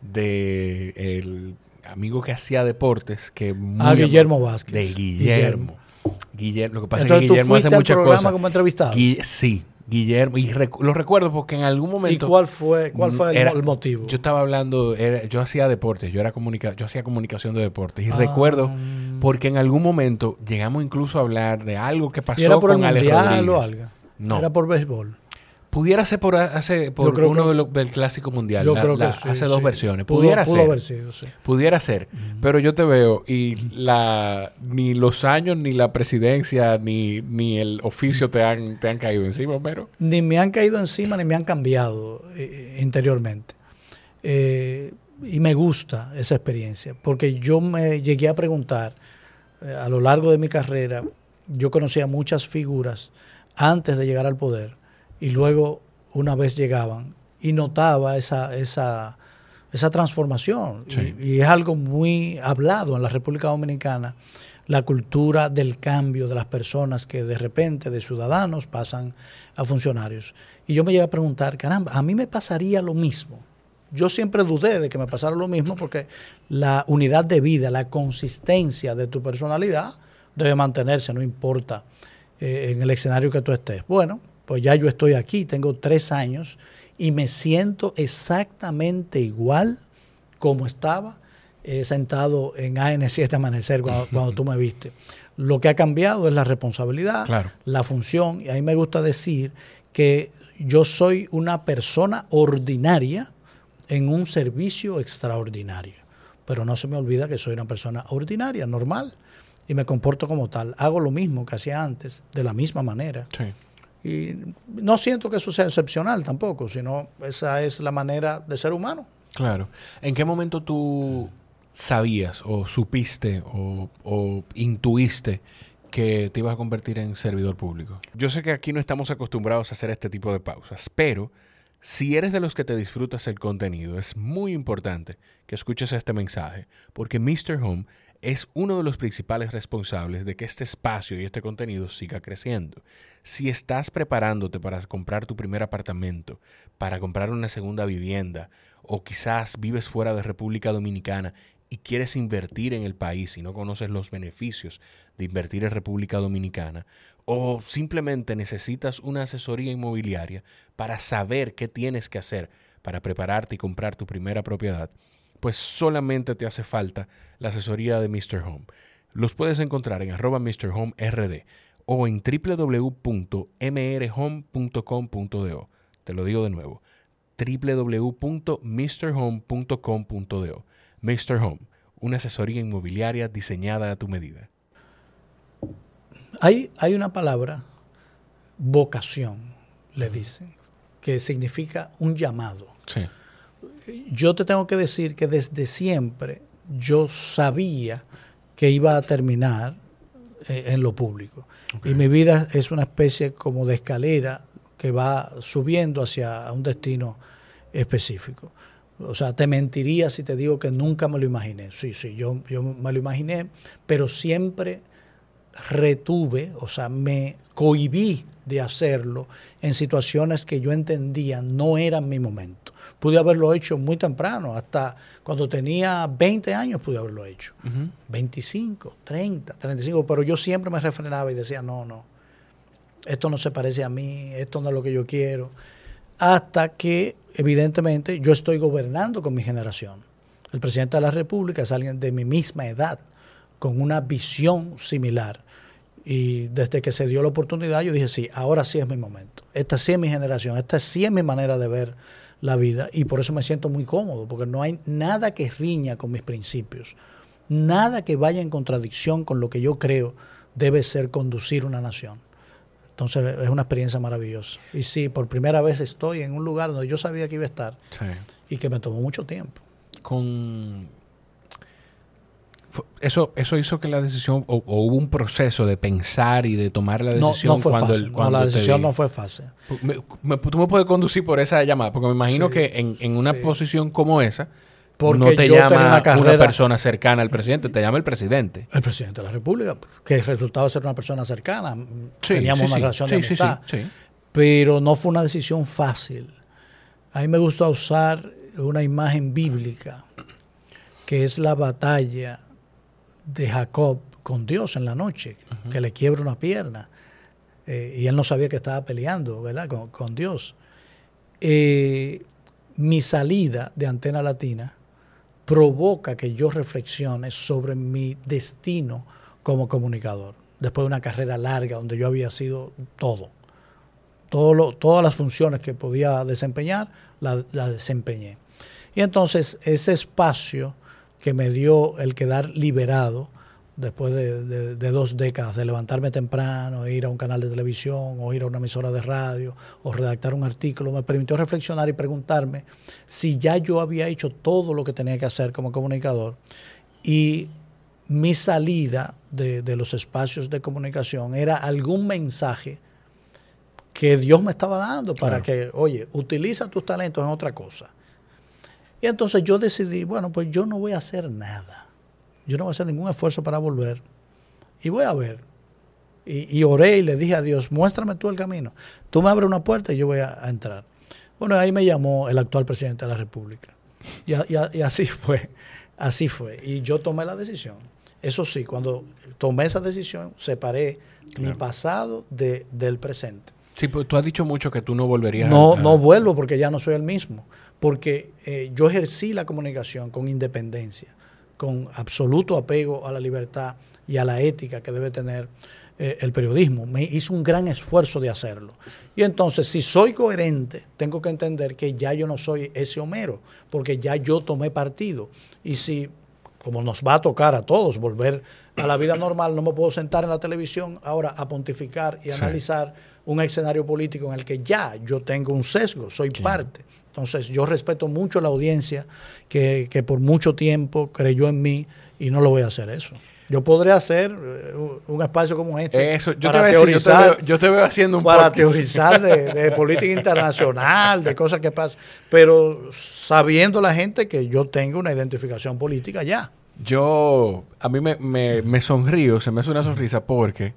Speaker 1: de el amigo que hacía deportes. Que
Speaker 2: ah, Guillermo Vázquez.
Speaker 1: De Guillermo. Guillermo. Guillermo. Lo que pasa
Speaker 2: Entonces,
Speaker 1: es que Guillermo hace muchas cosas.
Speaker 2: programa como entrevistado?
Speaker 1: Gui sí. Guillermo, y rec lo recuerdo porque en algún momento...
Speaker 2: ¿Y cuál fue, cuál fue el,
Speaker 1: era,
Speaker 2: el motivo?
Speaker 1: Yo estaba hablando, era, yo hacía deportes, yo era comunica yo hacía comunicación de deportes, y ah. recuerdo porque en algún momento llegamos incluso a hablar de algo que pasó
Speaker 2: ¿Y era por
Speaker 1: con
Speaker 2: el
Speaker 1: Alex
Speaker 2: mundial
Speaker 1: Rodríguez.
Speaker 2: O algo?
Speaker 1: No.
Speaker 2: ¿Era por béisbol?
Speaker 1: Pudiera ser por, hace, por uno que, de los, del Clásico Mundial.
Speaker 2: Yo
Speaker 1: la,
Speaker 2: creo
Speaker 1: la,
Speaker 2: que sí,
Speaker 1: hace
Speaker 2: sí.
Speaker 1: dos versiones.
Speaker 2: Pudo,
Speaker 1: Pudiera
Speaker 2: pudo
Speaker 1: ser.
Speaker 2: Haber sido, sí.
Speaker 1: Pudiera ser. Mm. Pero yo te veo y la ni los años, ni la presidencia, ni, ni el oficio te han, te han caído encima, pero
Speaker 2: Ni me han caído encima, ni me han cambiado eh, interiormente. Eh, y me gusta esa experiencia, porque yo me llegué a preguntar, eh, a lo largo de mi carrera, yo conocía muchas figuras antes de llegar al poder, y luego una vez llegaban y notaba esa, esa, esa transformación.
Speaker 1: Sí.
Speaker 2: Y, y es algo muy hablado en la República Dominicana, la cultura del cambio de las personas que de repente de ciudadanos pasan a funcionarios. Y yo me llegué a preguntar, caramba, a mí me pasaría lo mismo. Yo siempre dudé de que me pasara lo mismo porque la unidad de vida, la consistencia de tu personalidad debe mantenerse, no importa eh, en el escenario que tú estés. Bueno, pues ya yo estoy aquí, tengo tres años y me siento exactamente igual como estaba eh, sentado en A N siete Amanecer cuando, cuando tú me viste. Lo que ha cambiado es la responsabilidad,
Speaker 1: claro.
Speaker 2: la función, y a mí me gusta decir que yo soy una persona ordinaria en un servicio extraordinario. Pero no se me olvida que soy una persona ordinaria, normal, y me comporto como tal. Hago lo mismo que hacía antes, de la misma manera.
Speaker 1: Sí.
Speaker 2: Y no siento que eso sea excepcional tampoco, sino esa es la manera de ser humano.
Speaker 1: Claro. ¿En qué momento tú sabías o supiste o, o intuiste que te ibas a convertir en servidor público? Yo sé que aquí no estamos acostumbrados a hacer este tipo de pausas, pero si eres de los que te disfrutas el contenido, es muy importante que escuches este mensaje, porque míster Home es uno de los principales responsables de que este espacio y este contenido siga creciendo. Si estás preparándote para comprar tu primer apartamento, para comprar una segunda vivienda, o quizás vives fuera de República Dominicana y quieres invertir en el país y no conoces los beneficios de invertir en República Dominicana, o simplemente necesitas una asesoría inmobiliaria para saber qué tienes que hacer para prepararte y comprar tu primera propiedad, pues solamente te hace falta la asesoría de míster Home. Los puedes encontrar en arroba míster Home R D o en w w w punto m r home punto com punto d o. Te lo digo de nuevo, w w w punto mister home punto com punto d o. míster Home, una asesoría inmobiliaria diseñada a tu medida?
Speaker 2: Hay, hay una palabra, vocación, le dicen, que significa un llamado.
Speaker 1: Sí.
Speaker 2: Yo te tengo que decir que desde siempre yo sabía que iba a terminar eh, en lo público. Okay. Y mi vida es una especie como de escalera que va subiendo hacia un destino específico. O sea, te mentiría si te digo que nunca me lo imaginé. Sí, sí, yo, yo me lo imaginé, pero siempre retuve, o sea, me cohibí de hacerlo en situaciones que yo entendía no eran mi momento. Pude haberlo hecho muy temprano, hasta cuando tenía veinte años pude haberlo hecho. Uh-huh. veinticinco, treinta, treinta y cinco, pero yo siempre me refrenaba y decía, no, no, esto no se parece a mí, esto no es lo que yo quiero. Hasta que, evidentemente, yo estoy gobernando con mi generación. El presidente de la República es alguien de mi misma edad, con una visión similar. Y desde que se dio la oportunidad, yo dije, sí, ahora sí es mi momento. Esta sí es mi generación, esta sí es mi manera de ver la vida. Y por eso me siento muy cómodo, porque no hay nada que riña con mis principios. Nada que vaya en contradicción con lo que yo creo debe ser conducir una nación. Entonces es una experiencia maravillosa. Y sí, por primera vez estoy en un lugar donde yo sabía que iba a estar, sí, y que me tomó mucho tiempo.
Speaker 1: Con eso, eso hizo que la decisión, o, o hubo un proceso de pensar y de tomar la decisión.
Speaker 2: No, no fue
Speaker 1: cuando
Speaker 2: fácil.
Speaker 1: El, cuando
Speaker 2: no, la decisión no fue fácil.
Speaker 1: Me, me, tú me puedes conducir por esa llamada, porque me imagino sí, que en, en una sí. posición como esa, porque no te llama una, carrera, una persona cercana al presidente, te llama el presidente.
Speaker 2: El presidente de la República, que resultaba ser una persona cercana.
Speaker 1: Sí,
Speaker 2: Teníamos
Speaker 1: sí,
Speaker 2: una
Speaker 1: sí,
Speaker 2: relación
Speaker 1: sí,
Speaker 2: de amistad.
Speaker 1: Sí, sí, sí.
Speaker 2: Pero no fue una decisión fácil. A mí me gusta usar una imagen bíblica, que es la batalla de Jacob con Dios en la noche, uh-huh. que le quiebra una pierna. Eh, y él no sabía que estaba peleando, ¿verdad?, con, con Dios. Eh, mi salida de Antena Latina provoca que yo reflexione sobre mi destino como comunicador, después de una carrera larga donde yo había sido todo. todo lo, todas las funciones que podía desempeñar, las la desempeñé. Y entonces ese espacio que me dio el quedar liberado, después de, de, de dos décadas de levantarme temprano, ir a un canal de televisión o ir a una emisora de radio o redactar un artículo, me permitió reflexionar y preguntarme si ya yo había hecho todo lo que tenía que hacer como comunicador, y mi salida de, de los espacios de comunicación era algún mensaje que Dios me estaba dando para claro. que, oye, utiliza tus talentos en otra cosa. Y entonces yo decidí, bueno, pues yo no voy a hacer nada. Yo no voy a hacer ningún esfuerzo para volver. Y voy a ver. Y, y oré y le dije a Dios, muéstrame tú el camino. Tú me abres una puerta y yo voy a, a entrar. Bueno, ahí me llamó el actual presidente de la República. Y, y, y así fue. Así fue. Y yo tomé la decisión. Eso sí, cuando tomé esa decisión, separé claro. mi pasado de, del presente.
Speaker 1: Sí, pero tú has dicho mucho que tú no volverías
Speaker 2: no,
Speaker 1: a...
Speaker 2: No vuelvo porque ya no soy el mismo. Porque eh, yo ejercí la comunicación con independencia, con absoluto apego a la libertad y a la ética que debe tener eh, el periodismo. Me hice un gran esfuerzo de hacerlo. Y entonces, si soy coherente, tengo que entender que ya yo no soy ese Homero, porque ya yo tomé partido. Y si, como nos va a tocar a todos volver a la vida normal, no me puedo sentar en la televisión ahora a pontificar y sí. analizar un escenario político en el que ya yo tengo un sesgo, soy sí. parte. Entonces, yo respeto mucho a la audiencia que, que por mucho tiempo creyó en mí y no lo voy a hacer eso. Yo podría hacer uh, un espacio como este
Speaker 1: eso, yo
Speaker 2: para
Speaker 1: te
Speaker 2: teorizar.
Speaker 1: Decir, yo, te veo, yo te veo haciendo un
Speaker 2: Para podcast. teorizar de, de política internacional, de cosas que pasan, pero sabiendo la gente que yo tengo una identificación política ya.
Speaker 1: Yo, a mí me, me, me sonrío, se me hace una sonrisa porque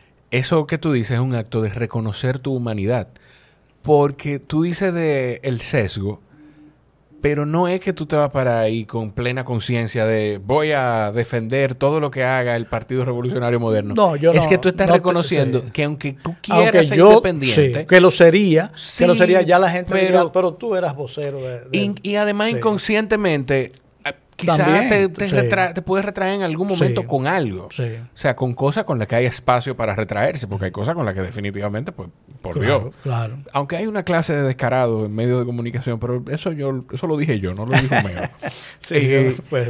Speaker 1: eso que tú dices es un acto de reconocer tu humanidad. Porque tú dices de el sesgo, pero no es que tú te vas para ahí con plena conciencia de voy a defender todo lo que haga el Partido Revolucionario Moderno.
Speaker 2: No, yo
Speaker 1: es
Speaker 2: no,
Speaker 1: que tú estás
Speaker 2: no
Speaker 1: reconociendo
Speaker 2: te, sí.
Speaker 1: que aunque tú quieras
Speaker 2: aunque
Speaker 1: ser
Speaker 2: yo,
Speaker 1: independiente...
Speaker 2: Sí, que lo sería,
Speaker 1: sí,
Speaker 2: que lo sería, ya la gente
Speaker 1: pero,
Speaker 2: diría, pero tú eras vocero de... de
Speaker 1: y, y además
Speaker 2: sí.
Speaker 1: inconscientemente... Quizás te, te, sí. retra- te puedes retraer en algún momento sí. con algo.
Speaker 2: Sí.
Speaker 1: O sea, con cosas con las que hay espacio para retraerse, porque hay cosas con las que definitivamente, pues, por
Speaker 2: claro,
Speaker 1: Dios.
Speaker 2: Claro.
Speaker 1: Aunque hay una clase de descarado en medio de comunicación, pero eso yo eso lo dije yo, no lo dijo Homero.
Speaker 2: sí,
Speaker 1: eh,
Speaker 2: pues,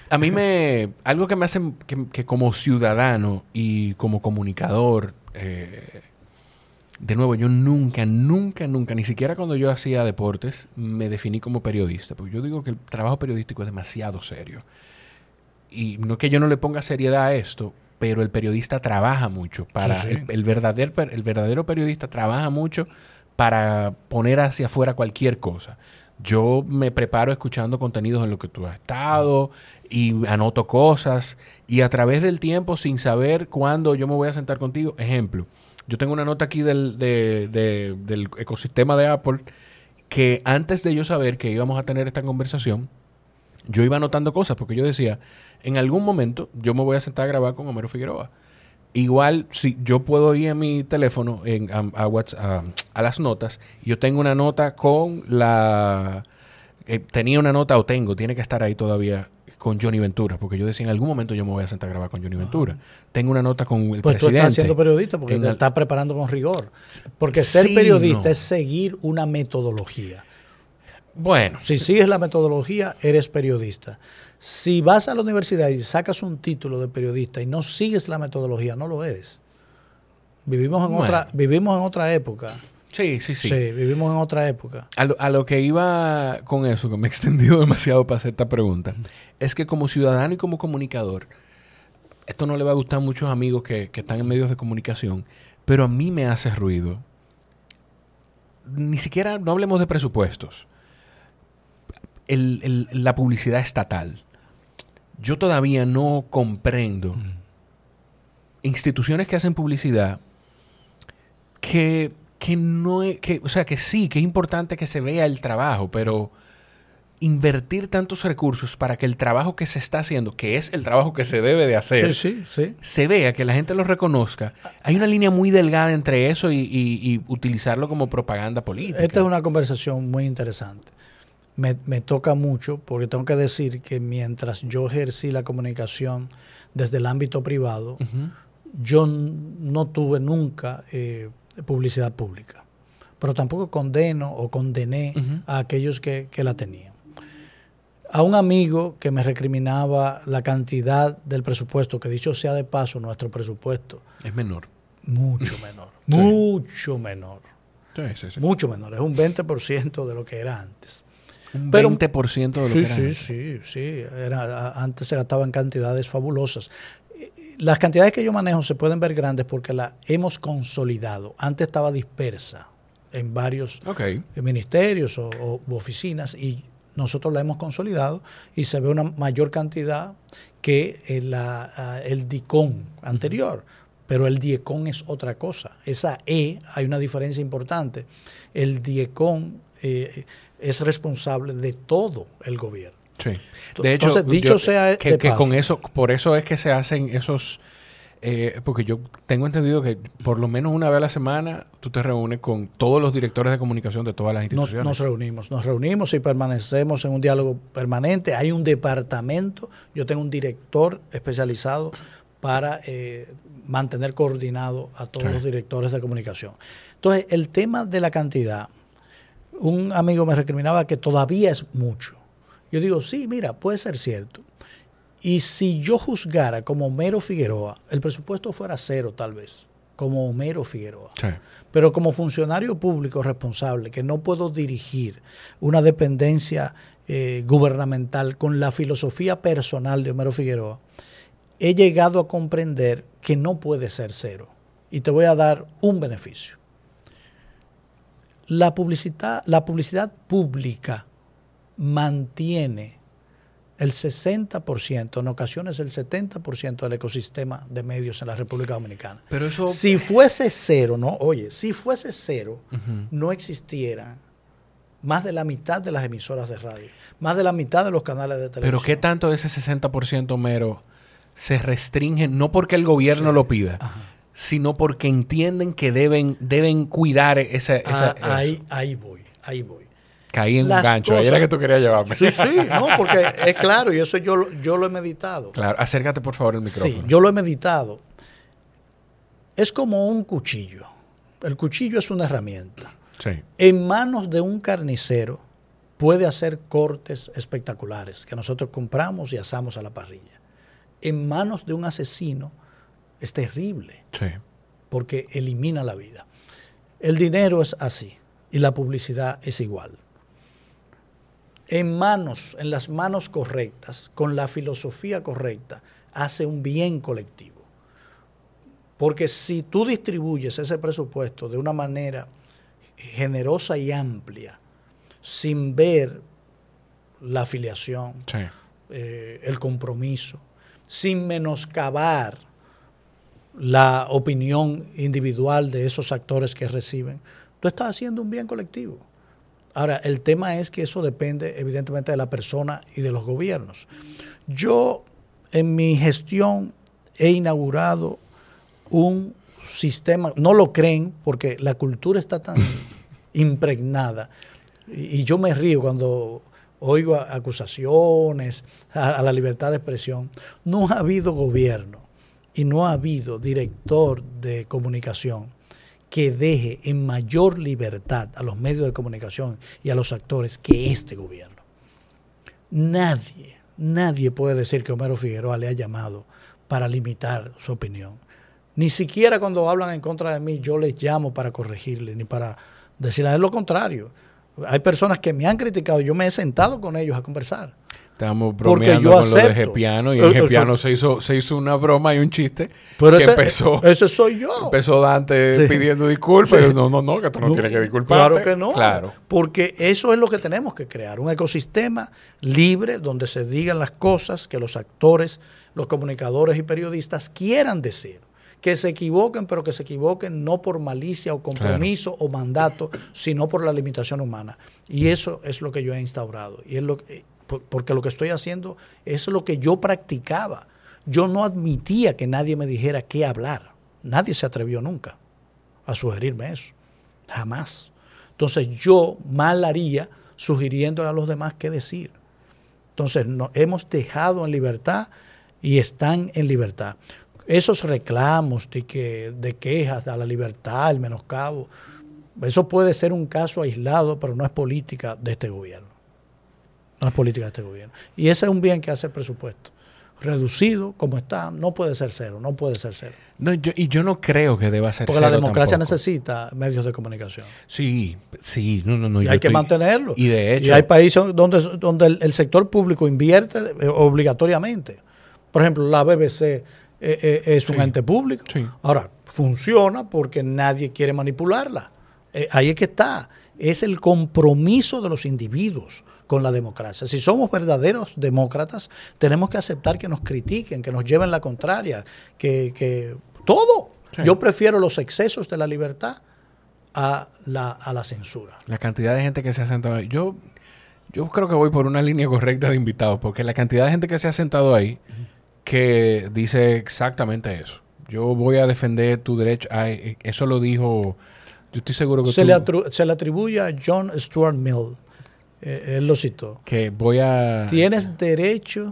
Speaker 1: A mí me... Algo que me hace que, que como ciudadano y como comunicador... Eh, de nuevo, yo nunca, nunca, nunca, ni siquiera cuando yo hacía deportes, me definí como periodista. Porque yo digo que el trabajo periodístico es demasiado serio. Y no es que yo no le ponga seriedad a esto, pero el periodista trabaja mucho. para
Speaker 2: Sí, sí.
Speaker 1: El, el, verdadero, el verdadero periodista trabaja mucho para poner hacia afuera cualquier cosa. Yo me preparo escuchando contenidos en lo que tú has estado y anoto cosas. Y a través del tiempo, sin saber cuándo yo me voy a sentar contigo, ejemplo, yo tengo una nota aquí del, de, de, del ecosistema de Apple que antes de yo saber que íbamos a tener esta conversación, yo iba anotando cosas porque yo decía, en algún momento yo me voy a sentar a grabar con Homero Figueroa. Igual, si yo puedo ir a mi teléfono en, a, a, WhatsApp, a, a las notas, y yo tengo una nota con la... Eh, tenía una nota o tengo, tiene que estar ahí todavía, con Johnny Ventura, porque yo decía, en algún momento yo me voy a sentar a grabar con Johnny Ventura. Uh-huh. Tengo una nota con el
Speaker 2: pues
Speaker 1: presidente.
Speaker 2: Pues tú estás siendo periodista porque te el... estás preparando con rigor. Porque ser sí, periodista no. es seguir una metodología.
Speaker 1: Bueno.
Speaker 2: Si sigues la metodología, eres periodista. Si vas a la universidad y sacas un título de periodista y no sigues la metodología, no lo eres. Vivimos en, bueno. otra, vivimos en otra época.
Speaker 1: Sí, sí, sí.
Speaker 2: Sí, vivimos en otra época.
Speaker 1: A lo, a lo que iba con eso, que me he extendido demasiado para hacer esta pregunta, es que como ciudadano y como comunicador, esto no le va a gustar a muchos amigos que, que están en medios de comunicación, pero a mí me hace ruido. Ni siquiera, no hablemos de presupuestos. El, el, la publicidad estatal. Yo todavía no comprendo mm. instituciones que hacen publicidad que... que no es, que, o sea, que sí, que es importante que se vea el trabajo, pero invertir tantos recursos para que el trabajo que se está haciendo, que es el trabajo que se debe de hacer,
Speaker 2: sí, sí, sí.
Speaker 1: se vea, que la gente lo reconozca. Hay una línea muy delgada entre eso y, y, y utilizarlo como propaganda política.
Speaker 2: Esta es una conversación muy interesante. Me, me toca mucho porque tengo que decir que mientras yo ejercí la comunicación desde el ámbito privado, uh-huh. yo no tuve nunca... Eh, publicidad pública, pero tampoco condeno o condené uh-huh. a aquellos que, que la tenían. A un amigo que me recriminaba la cantidad del presupuesto, que dicho sea de paso, nuestro presupuesto
Speaker 1: es menor.
Speaker 2: Mucho menor. sí. Mucho menor.
Speaker 1: Sí, sí, sí.
Speaker 2: Mucho menor. Es un veinte por ciento de lo que era antes.
Speaker 1: Un pero, veinte por ciento de lo
Speaker 2: sí,
Speaker 1: que era
Speaker 2: sí,
Speaker 1: antes.
Speaker 2: Sí, sí, sí. Era, antes se gastaban cantidades fabulosas. Las cantidades que yo manejo se pueden ver grandes porque las hemos consolidado. Antes estaba dispersa en varios
Speaker 1: okay.
Speaker 2: ministerios o, o oficinas y nosotros la hemos consolidado y se ve una mayor cantidad que el, la, el DICOM anterior. Uh-huh. Pero el DIECOM es otra cosa. Esa E, hay una diferencia importante. El DIECOM eh, es responsable de todo el gobierno.
Speaker 1: Sí. De hecho,
Speaker 2: entonces, dicho
Speaker 1: yo,
Speaker 2: sea
Speaker 1: que,
Speaker 2: de
Speaker 1: que
Speaker 2: paso,
Speaker 1: con eso, por eso es que se hacen esos, eh, porque yo tengo entendido que por lo menos una vez a la semana tú te reúnes con todos los directores de comunicación de todas las instituciones.
Speaker 2: Nos, nos reunimos, nos reunimos y permanecemos en un diálogo permanente. Hay un departamento, yo tengo un director especializado para eh, mantener coordinado a todos sí. los directores de comunicación. Entonces, el tema de la cantidad, un amigo me recriminaba que todavía es mucho. Yo digo, sí, mira, puede ser cierto. Y si yo juzgara como Homero Figueroa, el presupuesto fuera cero tal vez, como Homero Figueroa.
Speaker 1: Sí.
Speaker 2: Pero como funcionario público responsable, que no puedo dirigir una dependencia eh, gubernamental con la filosofía personal de Homero Figueroa, he llegado a comprender que no puede ser cero. Y te voy a dar un beneficio. La publicidad, la publicidad pública mantiene el sesenta por ciento, en ocasiones el setenta por ciento del ecosistema de medios en la República Dominicana.
Speaker 1: Pero eso...
Speaker 2: Si fuese cero, no, oye, si fuese cero, uh-huh. no existiera más de la mitad de las emisoras de radio, más de la mitad de los canales de televisión.
Speaker 1: Pero ¿qué tanto de ese sesenta por ciento, mero, se restringe, no porque el gobierno sí. lo pida, Ajá. sino porque entienden que deben, deben cuidar esa... esa
Speaker 2: ah, ahí, ahí voy, ahí voy.
Speaker 1: Caí en
Speaker 2: Las
Speaker 1: un gancho,
Speaker 2: cosas,
Speaker 1: ahí era que tú querías llevarme.
Speaker 2: Sí, sí, no, porque es claro, y eso yo, yo lo he meditado.
Speaker 1: Claro, acércate por favor el micrófono.
Speaker 2: Sí, yo lo he meditado. Es como un cuchillo. El cuchillo es una herramienta.
Speaker 1: Sí.
Speaker 2: En manos de un carnicero, puede hacer cortes espectaculares que nosotros compramos y asamos a la parrilla. En manos de un asesino es terrible,
Speaker 1: Sí.
Speaker 2: porque elimina la vida. El dinero es así y la publicidad es igual. En manos, en las manos correctas, con la filosofía correcta, hace un bien colectivo. Porque si tú distribuyes ese presupuesto de una manera generosa y amplia, sin ver la afiliación,
Speaker 1: Sí.
Speaker 2: eh, el compromiso, sin menoscabar la opinión individual de esos actores que reciben, tú estás haciendo un bien colectivo. Ahora, el tema es que eso depende evidentemente de la persona y de los gobiernos. Yo, en mi gestión, he inaugurado un sistema, no lo creen porque la cultura está tan impregnada, y, y yo me río cuando oigo acusaciones a, a la libertad de expresión. No ha habido gobierno y no ha habido director de comunicación que deje en mayor libertad a los medios de comunicación y a los actores que este gobierno. Nadie, nadie puede decir que Homero Figueroa le ha llamado para limitar su opinión. Ni siquiera cuando hablan en contra de mí yo les llamo para corregirle, ni para decirles. Es lo contrario. Hay personas que me han criticado, yo me he sentado con ellos a conversar.
Speaker 1: Estábamos
Speaker 2: Porque
Speaker 1: bromeando
Speaker 2: yo
Speaker 1: con
Speaker 2: acepto.
Speaker 1: lo de Gepiano y en
Speaker 2: Eh,
Speaker 1: Gepiano
Speaker 2: eso-
Speaker 1: se hizo, se hizo una broma y un chiste
Speaker 2: Pero
Speaker 1: que
Speaker 2: ese,
Speaker 1: empezó,
Speaker 2: ese soy yo.
Speaker 1: empezó Dante
Speaker 2: Sí.
Speaker 1: pidiendo disculpas.
Speaker 2: Sí.
Speaker 1: Y no, no, no, que tú no,
Speaker 2: No,
Speaker 1: tienes que disculparte.
Speaker 2: Claro que no.
Speaker 1: Claro.
Speaker 2: Porque eso es lo que tenemos que crear, un ecosistema libre donde se digan las cosas que los actores, los comunicadores y periodistas quieran decir. Que se equivoquen, pero que se equivoquen no por malicia o compromiso o mandato, sino por la limitación humana. Y eso es lo que yo he instaurado. Y es lo que, porque lo que estoy haciendo es lo que yo practicaba. Yo no admitía que nadie me dijera qué hablar. Nadie se atrevió nunca a sugerirme eso. Jamás. Entonces yo mal haría sugiriéndole a los demás qué decir. Entonces nos hemos dejado en libertad y están en libertad. Esos reclamos de, que, de quejas a la libertad, el menoscabo, eso puede ser un caso aislado, pero no es política de este gobierno. No es política de este gobierno. Y ese es un bien que hace el presupuesto. Reducido, como está, no puede ser cero, no puede ser cero.
Speaker 1: No, yo, y yo no creo que deba ser
Speaker 2: Porque la
Speaker 1: cero
Speaker 2: democracia
Speaker 1: tampoco.
Speaker 2: necesita medios de comunicación.
Speaker 1: Sí, sí, no, no, no.
Speaker 2: Y
Speaker 1: yo
Speaker 2: hay que
Speaker 1: estoy-
Speaker 2: mantenerlo.
Speaker 1: Y de hecho,
Speaker 2: Y hay países donde, donde el, el sector público invierte eh, obligatoriamente. Por ejemplo, la B B C eh, eh, es un
Speaker 1: Sí.
Speaker 2: ente público.
Speaker 1: Sí.
Speaker 2: Ahora, funciona porque nadie quiere manipularla. Eh, ahí es que está. Es el compromiso de los individuos con la democracia. Si somos verdaderos demócratas, tenemos que aceptar que nos critiquen, que nos lleven la contraria, que, que todo.
Speaker 1: Sí.
Speaker 2: Yo prefiero los excesos de la libertad a la, a la censura.
Speaker 1: la cantidad de gente que se ha sentado ahí. Yo, yo creo que voy por una línea correcta de invitados, porque la cantidad de gente que se ha sentado ahí que dice exactamente eso. Yo voy a defender tu derecho. Ay, eso lo dijo. Yo estoy seguro que
Speaker 2: Se
Speaker 1: tú,
Speaker 2: le, atru- se le atribuye a John Stuart Mill. Eh, él lo citó.
Speaker 1: que voy a
Speaker 2: Tienes derecho,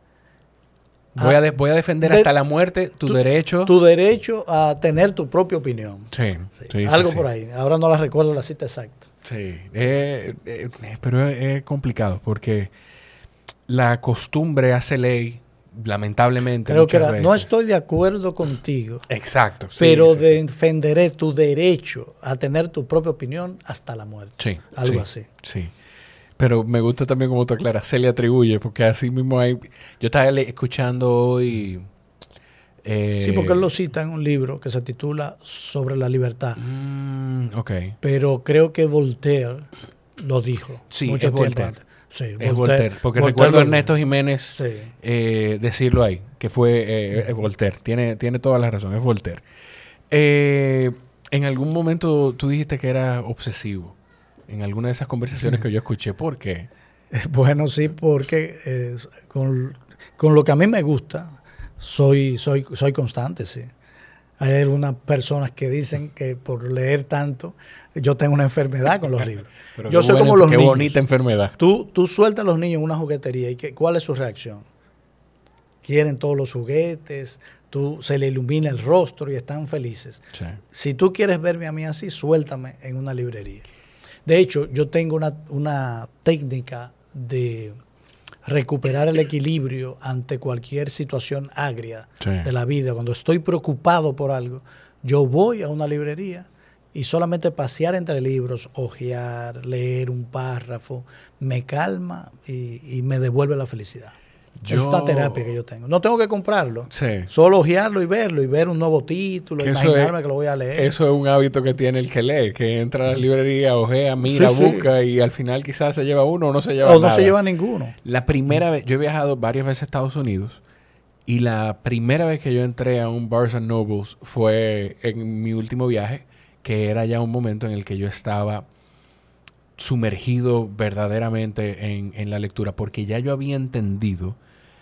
Speaker 1: voy a, de- voy a defender
Speaker 2: de-
Speaker 1: hasta la muerte tu,
Speaker 2: tu-
Speaker 1: derecho.
Speaker 2: tu derecho a tener tu propia opinión.
Speaker 1: sí, sí, sí,
Speaker 2: Algo
Speaker 1: sí.
Speaker 2: por ahí. Ahora no la recuerdo la cita exacta.
Speaker 1: Sí, eh, eh, pero es, es complicado porque la costumbre hace ley, lamentablemente.
Speaker 2: Creo que
Speaker 1: muchas
Speaker 2: era, no
Speaker 1: veces.
Speaker 2: estoy de acuerdo contigo,
Speaker 1: Exacto. sí,
Speaker 2: pero
Speaker 1: sí, sí.
Speaker 2: defenderé tu derecho a tener tu propia opinión hasta la muerte.
Speaker 1: Sí,
Speaker 2: Algo
Speaker 1: sí,
Speaker 2: así.
Speaker 1: Sí. Pero me gusta también como tú aclaras, se le atribuye, porque así mismo hay... Yo estaba le- escuchando hoy... eh,
Speaker 2: Sí, porque él lo cita en un libro que se titula Sobre la libertad.
Speaker 1: mm, ok.
Speaker 2: Pero creo que Voltaire lo dijo
Speaker 1: Sí,
Speaker 2: mucho
Speaker 1: es
Speaker 2: tiempo
Speaker 1: Voltaire.
Speaker 2: antes. Sí,
Speaker 1: Es Voltaire. Porque
Speaker 2: Voltaire
Speaker 1: recuerdo
Speaker 2: lo
Speaker 1: a Ernesto
Speaker 2: dijo.
Speaker 1: Jiménez
Speaker 2: Sí.
Speaker 1: eh, decirlo ahí, que fue eh, eh, Voltaire. Tiene, tiene toda la razón, es Voltaire. Eh, en algún momento tú dijiste que era obsesivo. En alguna de esas conversaciones que yo escuché. ¿Por qué?
Speaker 2: Bueno, sí, porque eh, con, con lo que a mí me gusta, soy, soy, soy constante, sí. Hay algunas personas que dicen que por leer tanto, yo tengo una enfermedad con los libros.
Speaker 1: Pero
Speaker 2: Yo
Speaker 1: qué
Speaker 2: soy
Speaker 1: buena-
Speaker 2: como los
Speaker 1: qué
Speaker 2: niños.
Speaker 1: bonita enfermedad.
Speaker 2: Tú, tú sueltas a los niños en una juguetería y que, ¿cuál es su reacción? Quieren todos los juguetes, tú, se le ilumina el rostro y están felices.
Speaker 1: Sí.
Speaker 2: Si tú quieres verme a mí así, suéltame en una librería. De hecho, yo tengo una, una técnica de recuperar el equilibrio ante cualquier situación agria sí. de la vida. Cuando estoy preocupado por algo, yo voy a una librería y solamente pasear entre libros, hojear, leer un párrafo, me calma y, y me devuelve la felicidad. Yo, es una terapia que yo tengo. No tengo que comprarlo.
Speaker 1: Sí.
Speaker 2: Solo hojearlo y verlo y ver un nuevo título, que imaginarme es, que lo voy a leer.
Speaker 1: Eso es un hábito que tiene el que lee, que entra a la librería, ojea, mira, sí, busca sí. y al final quizás se lleva uno o no se lleva
Speaker 2: o
Speaker 1: nada.
Speaker 2: O no se lleva ninguno.
Speaker 1: La primera vez, yo he viajado varias veces a Estados Unidos y la primera vez que yo entré a un Barnes and Nobles fue en mi último viaje, que era ya un momento en el que yo estaba sumergido verdaderamente en, en la lectura, porque ya yo había entendido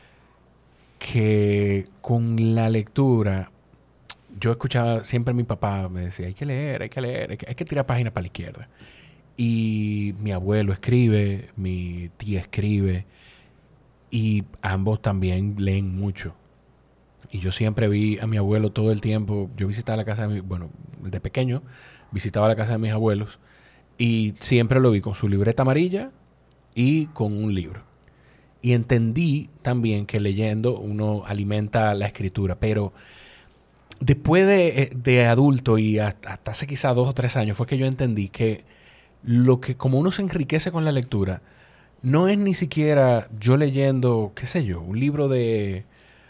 Speaker 1: que con la lectura, yo escuchaba siempre a mi papá, me decía, hay que leer, hay que leer, hay que, hay que tirar páginas para la izquierda. Y mi abuelo escribe, mi tía escribe, y ambos también leen mucho. Y yo siempre vi a mi abuelo todo el tiempo, yo visitaba la casa de mi, bueno, de pequeño, visitaba la casa de mis abuelos, y siempre lo vi con su libreta amarilla y con un libro. Y entendí también que leyendo uno alimenta la escritura, pero después de, de adulto y hasta, hasta hace quizás dos o tres años fue que yo entendí que lo que como uno se enriquece con la lectura no es ni siquiera yo leyendo, qué sé yo, un libro de,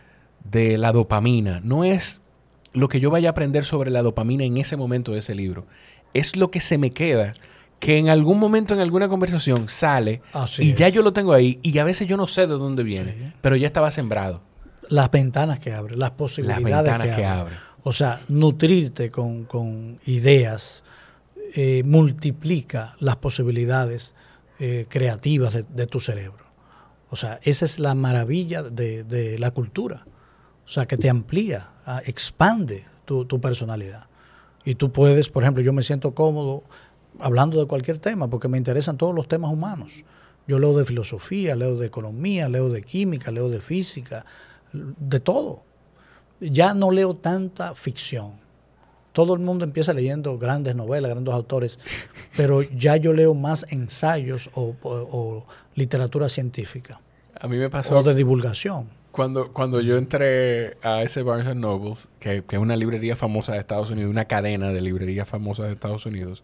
Speaker 1: de la dopamina. No es lo que yo vaya a aprender sobre la dopamina en ese momento de ese libro. Es lo que se me queda, que en algún momento en alguna conversación sale Así y es. Ya yo lo tengo ahí y a veces yo no sé de dónde viene, sí. pero ya estaba sembrado.
Speaker 2: Las ventanas que abre, las posibilidades las ventanas que, que abre. abre. O sea, nutrirte con, con ideas eh, multiplica las posibilidades eh, creativas de, de tu cerebro. O sea, esa es la maravilla de, de la cultura. O sea, que te amplía, expande tu, tu personalidad. Y tú puedes, por ejemplo, yo me siento cómodo hablando de cualquier tema, porque me interesan todos los temas humanos. Yo leo de filosofía, leo de economía, leo de química, leo de física, de todo. Ya no leo tanta ficción. Todo el mundo empieza leyendo grandes novelas, grandes autores, pero ya yo leo más ensayos o, o, o literatura científica.
Speaker 1: A mí me pasó...
Speaker 2: O de divulgación.
Speaker 1: Cuando, cuando yo entré a ese Barnes and Nobles, que, que es una librería famosa de Estados Unidos, una cadena de librerías famosas de Estados Unidos,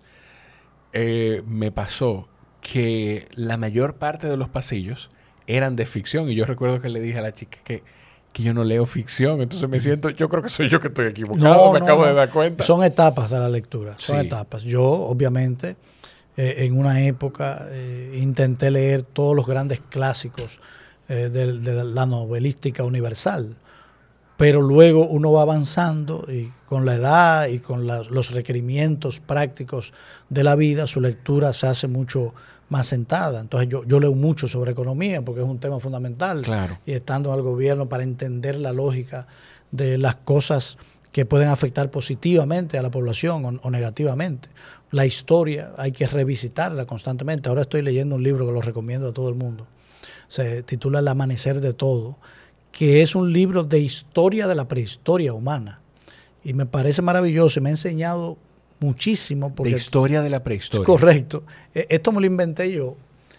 Speaker 1: Eh, me pasó que la mayor parte de los pasillos eran de ficción y yo recuerdo que le dije a la chica que, que yo no leo ficción, entonces me siento, yo creo que soy yo que estoy equivocado, no, me no, acabo no. de dar cuenta.
Speaker 2: Son etapas de la lectura, son sí. etapas. Yo, obviamente, eh, en una época eh, intenté leer todos los grandes clásicos eh, de, de la novelística universal, pero luego uno va avanzando y con la edad y con la, los requerimientos prácticos de la vida, su lectura se hace mucho más sentada. Entonces yo, yo leo mucho sobre economía porque es un tema fundamental.
Speaker 1: Claro.
Speaker 2: Y estando en el gobierno para entender la lógica de las cosas que pueden afectar positivamente a la población o, o negativamente. La historia hay que revisitarla constantemente. Ahora estoy leyendo un libro que lo recomiendo a todo el mundo. Se titula El amanecer de todo, que es un libro de historia de la prehistoria humana. Y me parece maravilloso y me ha enseñado muchísimo. Porque
Speaker 1: de historia de la prehistoria.
Speaker 2: Correcto. Esto me lo inventé yo,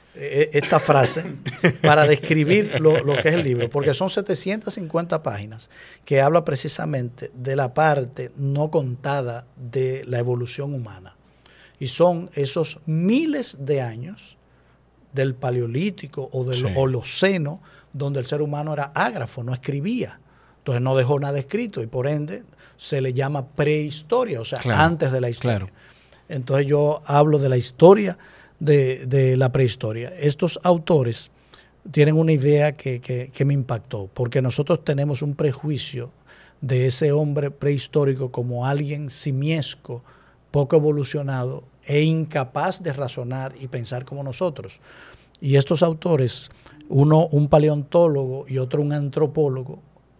Speaker 2: esta frase, para describir lo, lo que es el libro, porque son setecientas cincuenta páginas que habla precisamente de la parte no contada de la evolución humana. Y son esos miles de años del Paleolítico o del sí. Holoceno, donde el ser humano era ágrafo, no escribía. Entonces no dejó nada escrito y por ende se le llama prehistoria, o sea, claro, antes de la historia. Claro. Entonces yo hablo de la historia de, de la prehistoria. Estos autores tienen una idea que, que, que me impactó, porque nosotros tenemos un prejuicio de ese hombre prehistórico como alguien simiesco, poco evolucionado e incapaz de razonar y pensar como nosotros. Y estos autores, uno un paleontólogo y otro un antropólogo,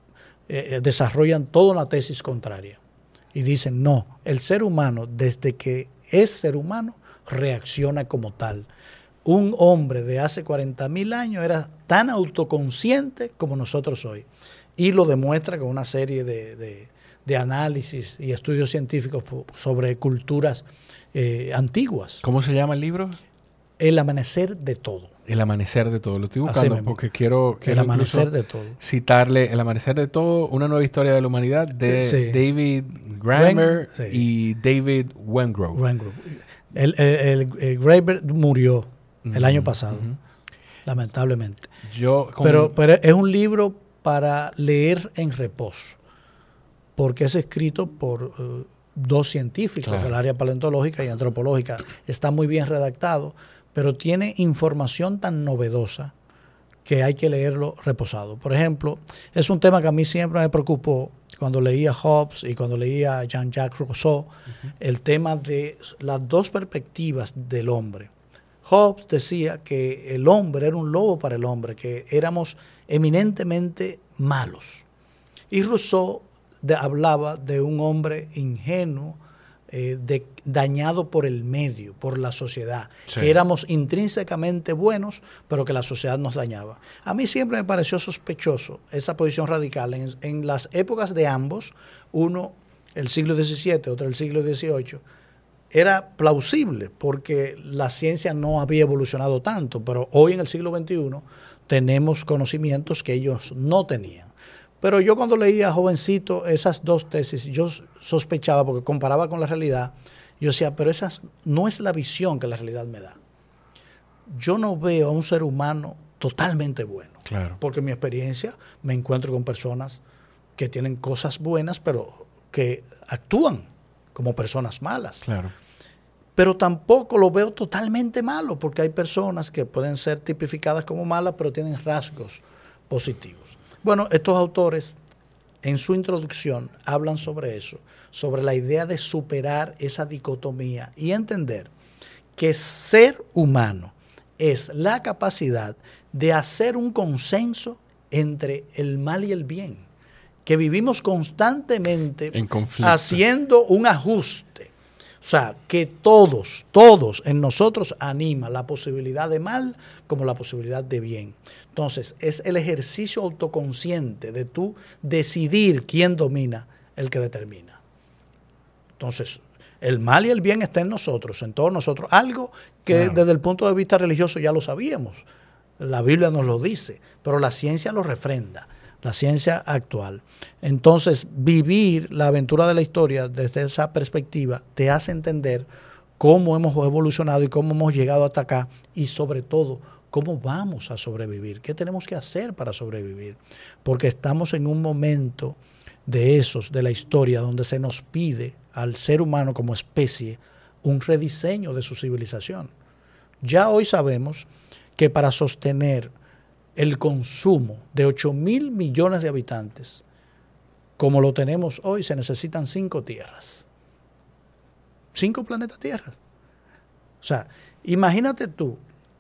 Speaker 2: eh, desarrollan toda una tesis contraria. Y dicen, no, el ser humano, desde que es ser humano, reacciona como tal. Un hombre de hace cuarenta mil años era tan autoconsciente como nosotros hoy. Y lo demuestra con una serie de, de, de análisis y estudios científicos sobre culturas eh, antiguas.
Speaker 1: ¿Cómo se llama el libro?
Speaker 2: El amanecer de todo.
Speaker 1: El amanecer de todo. Lo estoy buscando porque quiero, quiero
Speaker 2: el amanecer de todo.
Speaker 1: Citarle El amanecer de todo, una nueva historia de la humanidad de sí. David Graeber sí. y David Wengrow.
Speaker 2: Wengrow. El, el, el, el Graeber murió uh-huh, el año pasado, uh-huh. lamentablemente.
Speaker 1: Yo, como...
Speaker 2: pero, pero es un libro para leer en reposo, porque es escrito por uh, dos científicos claro. del área paleontológica y antropológica. Está muy bien redactado, pero tiene información tan novedosa que hay que leerlo reposado. Por ejemplo, es un tema que a mí siempre me preocupó cuando leía Hobbes y cuando leía Jean-Jacques Rousseau, uh-huh. el tema de las dos perspectivas del hombre. Hobbes decía que el hombre era un lobo para el hombre, que éramos eminentemente malos. Y Rousseau de, hablaba de un hombre ingenuo, eh, de, dañado por el medio, por la sociedad, sí. que éramos intrínsecamente buenos, pero que la sociedad nos dañaba. A mí siempre me pareció sospechoso esa posición radical. En, en las épocas de ambos, uno el siglo diecisiete, otro el siglo dieciocho, era plausible porque la ciencia no había evolucionado tanto, pero hoy en el siglo veintiuno tenemos conocimientos que ellos no tenían. Pero yo cuando leía jovencito esas dos tesis, yo sospechaba, porque comparaba con la realidad, yo decía, pero esa no es la visión que la realidad me da. Yo no veo a un ser humano totalmente bueno.
Speaker 1: Claro.
Speaker 2: Porque en mi experiencia me encuentro con personas que tienen cosas buenas, pero que actúan como personas malas.
Speaker 1: Claro.
Speaker 2: Pero tampoco lo veo totalmente malo, porque hay personas que pueden ser tipificadas como malas, pero tienen rasgos positivos. Bueno, estos autores en su introducción hablan sobre eso, sobre la idea de superar esa dicotomía y entender que ser humano es la capacidad de hacer un consenso entre el mal y el bien, que vivimos constantemente
Speaker 1: en conflicto,
Speaker 2: haciendo un ajuste. O sea, que todos, todos en nosotros anima la posibilidad de mal como la posibilidad de bien. Entonces, es el ejercicio autoconsciente de tú decidir quién domina el que determina. Entonces, el mal y el bien está en nosotros, en todos nosotros. Algo que claro. desde el punto de vista religioso ya lo sabíamos. La Biblia nos lo dice, pero la ciencia lo refrenda. La ciencia actual. Entonces, vivir la aventura de la historia desde esa perspectiva te hace entender cómo hemos evolucionado y cómo hemos llegado hasta acá y sobre todo, cómo vamos a sobrevivir, qué tenemos que hacer para sobrevivir. Porque estamos en un momento de esos, de la historia, donde se nos pide al ser humano como especie un rediseño de su civilización. Ya hoy sabemos que para sostener el consumo de ocho mil millones de habitantes, como lo tenemos hoy, se necesitan cinco tierras. Cinco planetas tierras. O sea, imagínate tú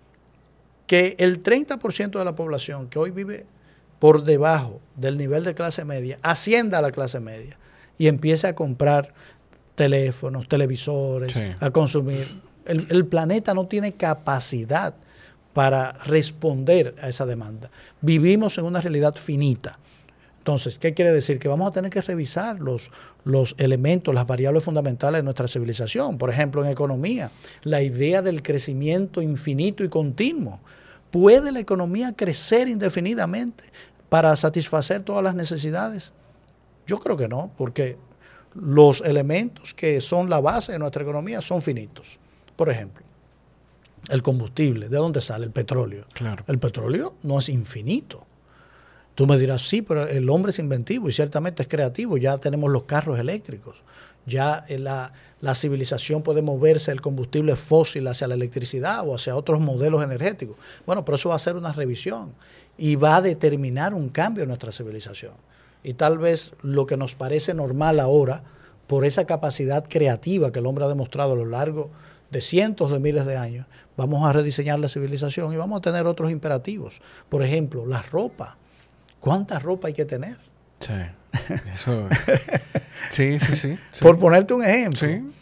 Speaker 2: que el treinta por ciento de la población que hoy vive por debajo del nivel de clase media, ascienda a la clase media y empiece a comprar teléfonos, televisores, sí. a consumir. El, el planeta no tiene capacidad para responder a esa demanda. Vivimos en una realidad finita. Entonces, ¿qué quiere decir? Que vamos a tener que revisar los, los elementos, las variables fundamentales de nuestra civilización. Por ejemplo, en economía, la idea del crecimiento infinito y continuo. ¿Puede la economía crecer indefinidamente para satisfacer todas las necesidades? Yo creo que no, porque los elementos que son la base de nuestra economía son finitos. Por ejemplo, el combustible, ¿de dónde sale? El petróleo.
Speaker 1: Claro.
Speaker 2: El petróleo no es infinito. Tú me dirás, sí, pero el hombre es inventivo y ciertamente es creativo. Ya tenemos los carros eléctricos. Ya la, la civilización puede moverse del combustible fósil hacia la electricidad o hacia otros modelos energéticos. Bueno, pero eso va a ser una revisión y va a determinar un cambio en nuestra civilización. Y tal vez lo que nos parece normal ahora, por esa capacidad creativa que el hombre ha demostrado a lo largo de cientos de miles de años, vamos a rediseñar la civilización y vamos a tener otros imperativos. Por ejemplo, la ropa. ¿Cuánta ropa hay que tener?
Speaker 1: Sí, eso... sí, sí, sí, sí.
Speaker 2: Por ponerte un ejemplo.
Speaker 1: Sí.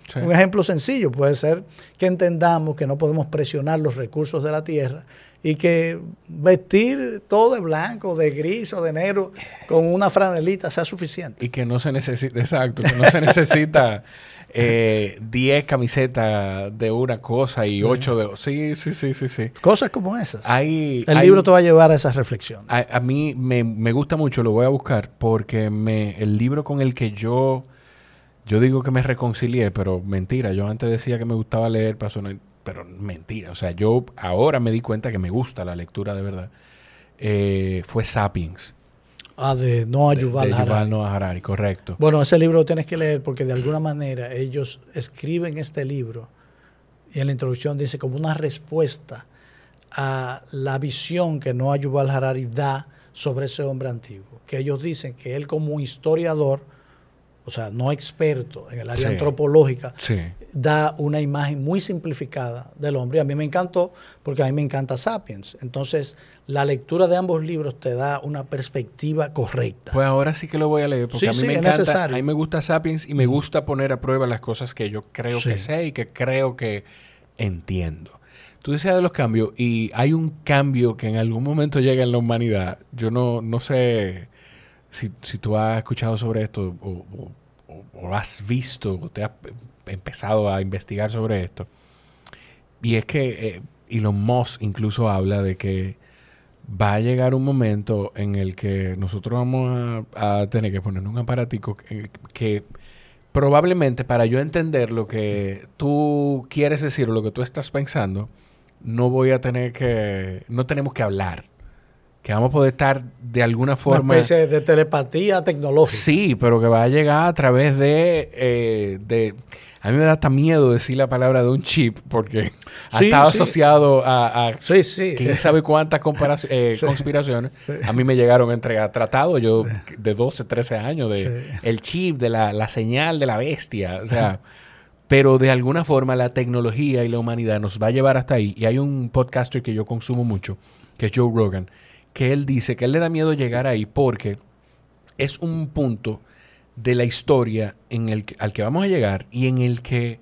Speaker 1: Sí.
Speaker 2: Un ejemplo sencillo puede ser que entendamos que no podemos presionar los recursos de la tierra y que vestir todo de blanco, de gris o de negro con una franelita sea suficiente.
Speaker 1: Y que no se necesita, exacto, que no se necesita eh, diez camisetas de una cosa y ocho de... Sí, sí, sí, sí, sí.
Speaker 2: Cosas como esas.
Speaker 1: Hay,
Speaker 2: El
Speaker 1: hay,
Speaker 2: libro te va a llevar a esas reflexiones.
Speaker 1: A, a mí me, me gusta mucho, lo voy a buscar, porque me, el libro con el que yo... Yo digo que me reconcilié, pero mentira. Yo antes decía que me gustaba leer, pasó... No, pero mentira. O sea, yo ahora me di cuenta que me gusta la lectura de verdad. Eh, fue Sapiens.
Speaker 2: Ah, de Noah Yuval
Speaker 1: de, de
Speaker 2: Harari.
Speaker 1: Yuval Noah Harari, correcto.
Speaker 2: Bueno, ese libro lo tienes que leer porque de alguna manera ellos escriben este libro y en la introducción dice como una respuesta a la visión que Noah Yuval Harari da sobre ese hombre antiguo. Que ellos dicen que él como historiador, o sea, no experto en el área
Speaker 1: Sí.
Speaker 2: antropológica,
Speaker 1: Sí.
Speaker 2: da una imagen muy simplificada del hombre. Y a mí me encantó porque a mí me encanta Sapiens. Entonces, la lectura de ambos libros te da una perspectiva correcta.
Speaker 1: Pues ahora sí que lo voy a leer, porque
Speaker 2: Sí,
Speaker 1: a mí
Speaker 2: sí,
Speaker 1: me
Speaker 2: es
Speaker 1: encanta,
Speaker 2: necesario.
Speaker 1: a mí me gusta Sapiens y me gusta poner a prueba las cosas que yo creo
Speaker 2: Sí.
Speaker 1: que sé y que creo que entiendo. Tú decías de los cambios y hay un cambio que en algún momento llega en la humanidad. Yo no, no sé si, si tú has escuchado sobre esto o, o, o has visto o te has empezado a investigar sobre esto. Y es que eh, Elon Musk incluso habla de que va a llegar un momento en el que nosotros vamos a, a tener que poner un aparatico que, que probablemente para yo entender lo que tú quieres decir o lo que tú estás pensando, no voy a tener que, no tenemos que hablar. Que vamos a poder estar de alguna forma...
Speaker 2: Una especie de telepatía tecnológica.
Speaker 1: Sí, pero que va a llegar a través de... Eh, de a mí me da hasta miedo decir la palabra de un chip porque ha
Speaker 2: Sí,
Speaker 1: estado
Speaker 2: sí.
Speaker 1: asociado a, a
Speaker 2: Sí, sí.
Speaker 1: quién sabe cuántas comparaci- eh,
Speaker 2: Sí.
Speaker 1: conspiraciones.
Speaker 2: Sí.
Speaker 1: A mí me llegaron entre a tratado yo de doce, trece años de
Speaker 2: Sí.
Speaker 1: el chip, de la, la señal de la bestia. O sea, pero de alguna forma la tecnología y la humanidad nos va a llevar hasta ahí. Y hay un podcaster que yo consumo mucho, que es Joe Rogan, que él dice que él le da miedo llegar ahí porque es un punto de la historia en el que, al que vamos a llegar y en el que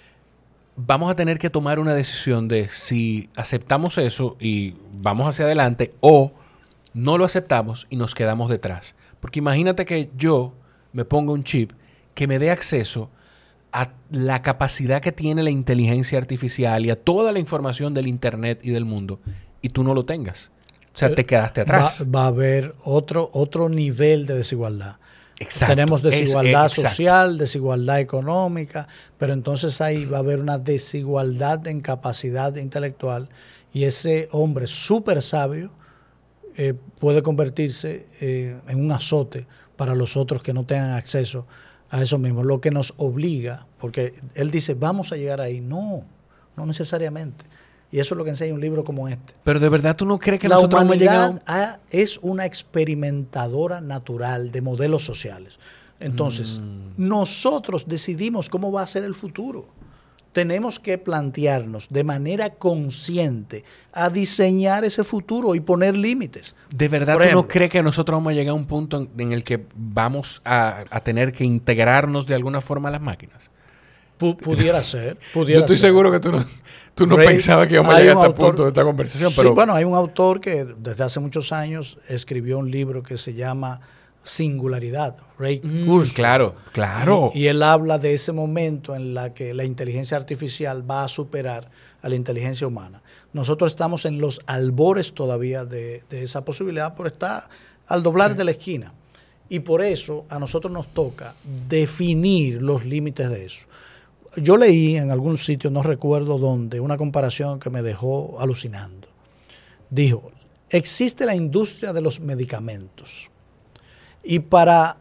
Speaker 1: vamos a tener que tomar una decisión de si aceptamos eso y vamos hacia adelante o no lo aceptamos y nos quedamos detrás. Porque imagínate que yo me ponga un chip que me dé acceso a la capacidad que tiene la inteligencia artificial y a toda la información del internet y del mundo y tú no lo tengas. O sea, te quedaste atrás.
Speaker 2: Va, va a haber otro, otro nivel de desigualdad.
Speaker 1: Exacto.
Speaker 2: Tenemos desigualdad
Speaker 1: Es- exacto.
Speaker 2: social, desigualdad económica, pero entonces ahí va a haber una desigualdad en capacidad intelectual y ese hombre súper sabio eh, puede convertirse eh, en un azote para los otros que no tengan acceso a eso mismo, lo que nos obliga, porque él dice, vamos a llegar ahí. No, no necesariamente. Y eso es lo que enseña un libro como este.
Speaker 1: Pero de verdad tú no crees que
Speaker 2: La
Speaker 1: nosotros hemos
Speaker 2: humanidad
Speaker 1: llegado...
Speaker 2: ha- es una experimentadora natural de modelos sociales. Entonces,
Speaker 1: Mm.
Speaker 2: nosotros decidimos cómo va a ser el futuro. Tenemos que plantearnos de manera consciente a diseñar ese futuro y poner límites.
Speaker 1: ¿De verdad
Speaker 2: Por
Speaker 1: tú
Speaker 2: ejemplo,
Speaker 1: no crees que nosotros vamos a llegar a un punto en, en el que vamos a, a tener que integrarnos de alguna forma a las máquinas?
Speaker 2: pu- pudiera ser. Pudiera
Speaker 1: Yo estoy
Speaker 2: ser.
Speaker 1: seguro que tú no, tú no
Speaker 2: Ray-
Speaker 1: pensabas que íbamos a
Speaker 2: hay
Speaker 1: llegar
Speaker 2: un
Speaker 1: a este
Speaker 2: autor-
Speaker 1: punto de esta conversación.
Speaker 2: Sí,
Speaker 1: pero
Speaker 2: bueno, hay un autor que desde hace muchos años escribió un libro que se llama Singularidad, Ray
Speaker 1: Mm,
Speaker 2: Kurzweil.
Speaker 1: claro, claro.
Speaker 2: Y, y él habla de ese momento en la que la inteligencia artificial va a superar a la inteligencia humana. Nosotros estamos en los albores todavía de, de esa posibilidad, pero está al doblar
Speaker 1: Sí.
Speaker 2: de la esquina. Y por eso a nosotros nos toca definir los límites de eso. Yo leí en algún sitio, no recuerdo dónde, una comparación que me dejó alucinando. Dijo, existe la industria de los medicamentos. Y para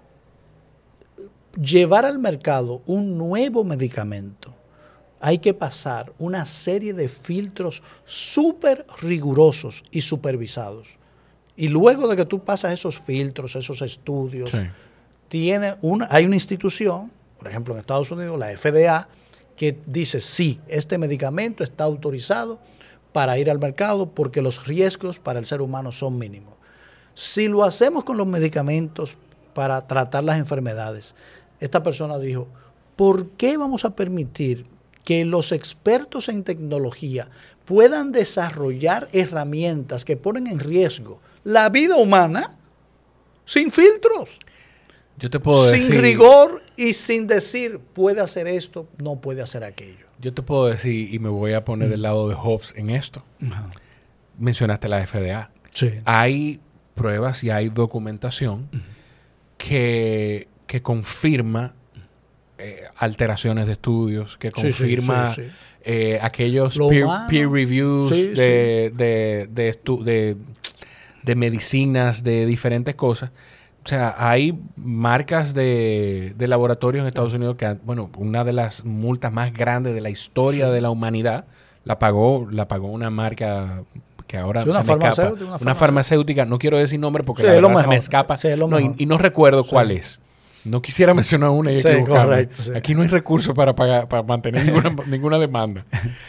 Speaker 2: llevar al mercado un nuevo medicamento, hay que pasar una serie de filtros súper rigurosos y supervisados. Y luego de que tú pasas esos filtros, esos estudios,
Speaker 1: Sí.
Speaker 2: tiene una, hay una institución, por ejemplo en Estados Unidos, la F D A, que dice, sí, este medicamento está autorizado para ir al mercado porque los riesgos para el ser humano son mínimos. Si lo hacemos con los medicamentos para tratar las enfermedades, esta persona dijo, ¿por qué vamos a permitir que los expertos en tecnología puedan desarrollar herramientas que ponen en riesgo la vida humana sin filtros?
Speaker 1: Yo te puedo
Speaker 2: sin
Speaker 1: decir,
Speaker 2: rigor y sin decir puede hacer esto, no puede hacer aquello.
Speaker 1: Yo te puedo decir, y me voy a poner del lado de Hobbes en esto. Uh-huh. Mencionaste la F D A.
Speaker 2: Sí.
Speaker 1: Hay pruebas y hay documentación uh-huh. que, que confirma eh, alteraciones de estudios, que confirma sí, sí, sí, sí. Eh, aquellos peer, peer reviews sí, de, sí. de, de, de, de, de medicinas, de diferentes cosas. O sea, hay marcas de, de laboratorios en Estados Unidos que, bueno, una de las multas más grandes de la historia sí. de la humanidad la pagó, la pagó una marca que ahora
Speaker 2: sí,
Speaker 1: se
Speaker 2: una
Speaker 1: me escapa.
Speaker 2: Una,
Speaker 1: una
Speaker 2: farmacéutica.
Speaker 1: farmacéutica. No quiero decir nombre porque
Speaker 2: sí,
Speaker 1: la verdad
Speaker 2: se
Speaker 1: me escapa.
Speaker 2: Sí,
Speaker 1: no, y, y no recuerdo sí. cuál es. No quisiera mencionar una y
Speaker 2: sí,
Speaker 1: equivocarme.
Speaker 2: Correcto, sí.
Speaker 1: Aquí no hay recursos para pagar, para mantener ninguna, ninguna demanda.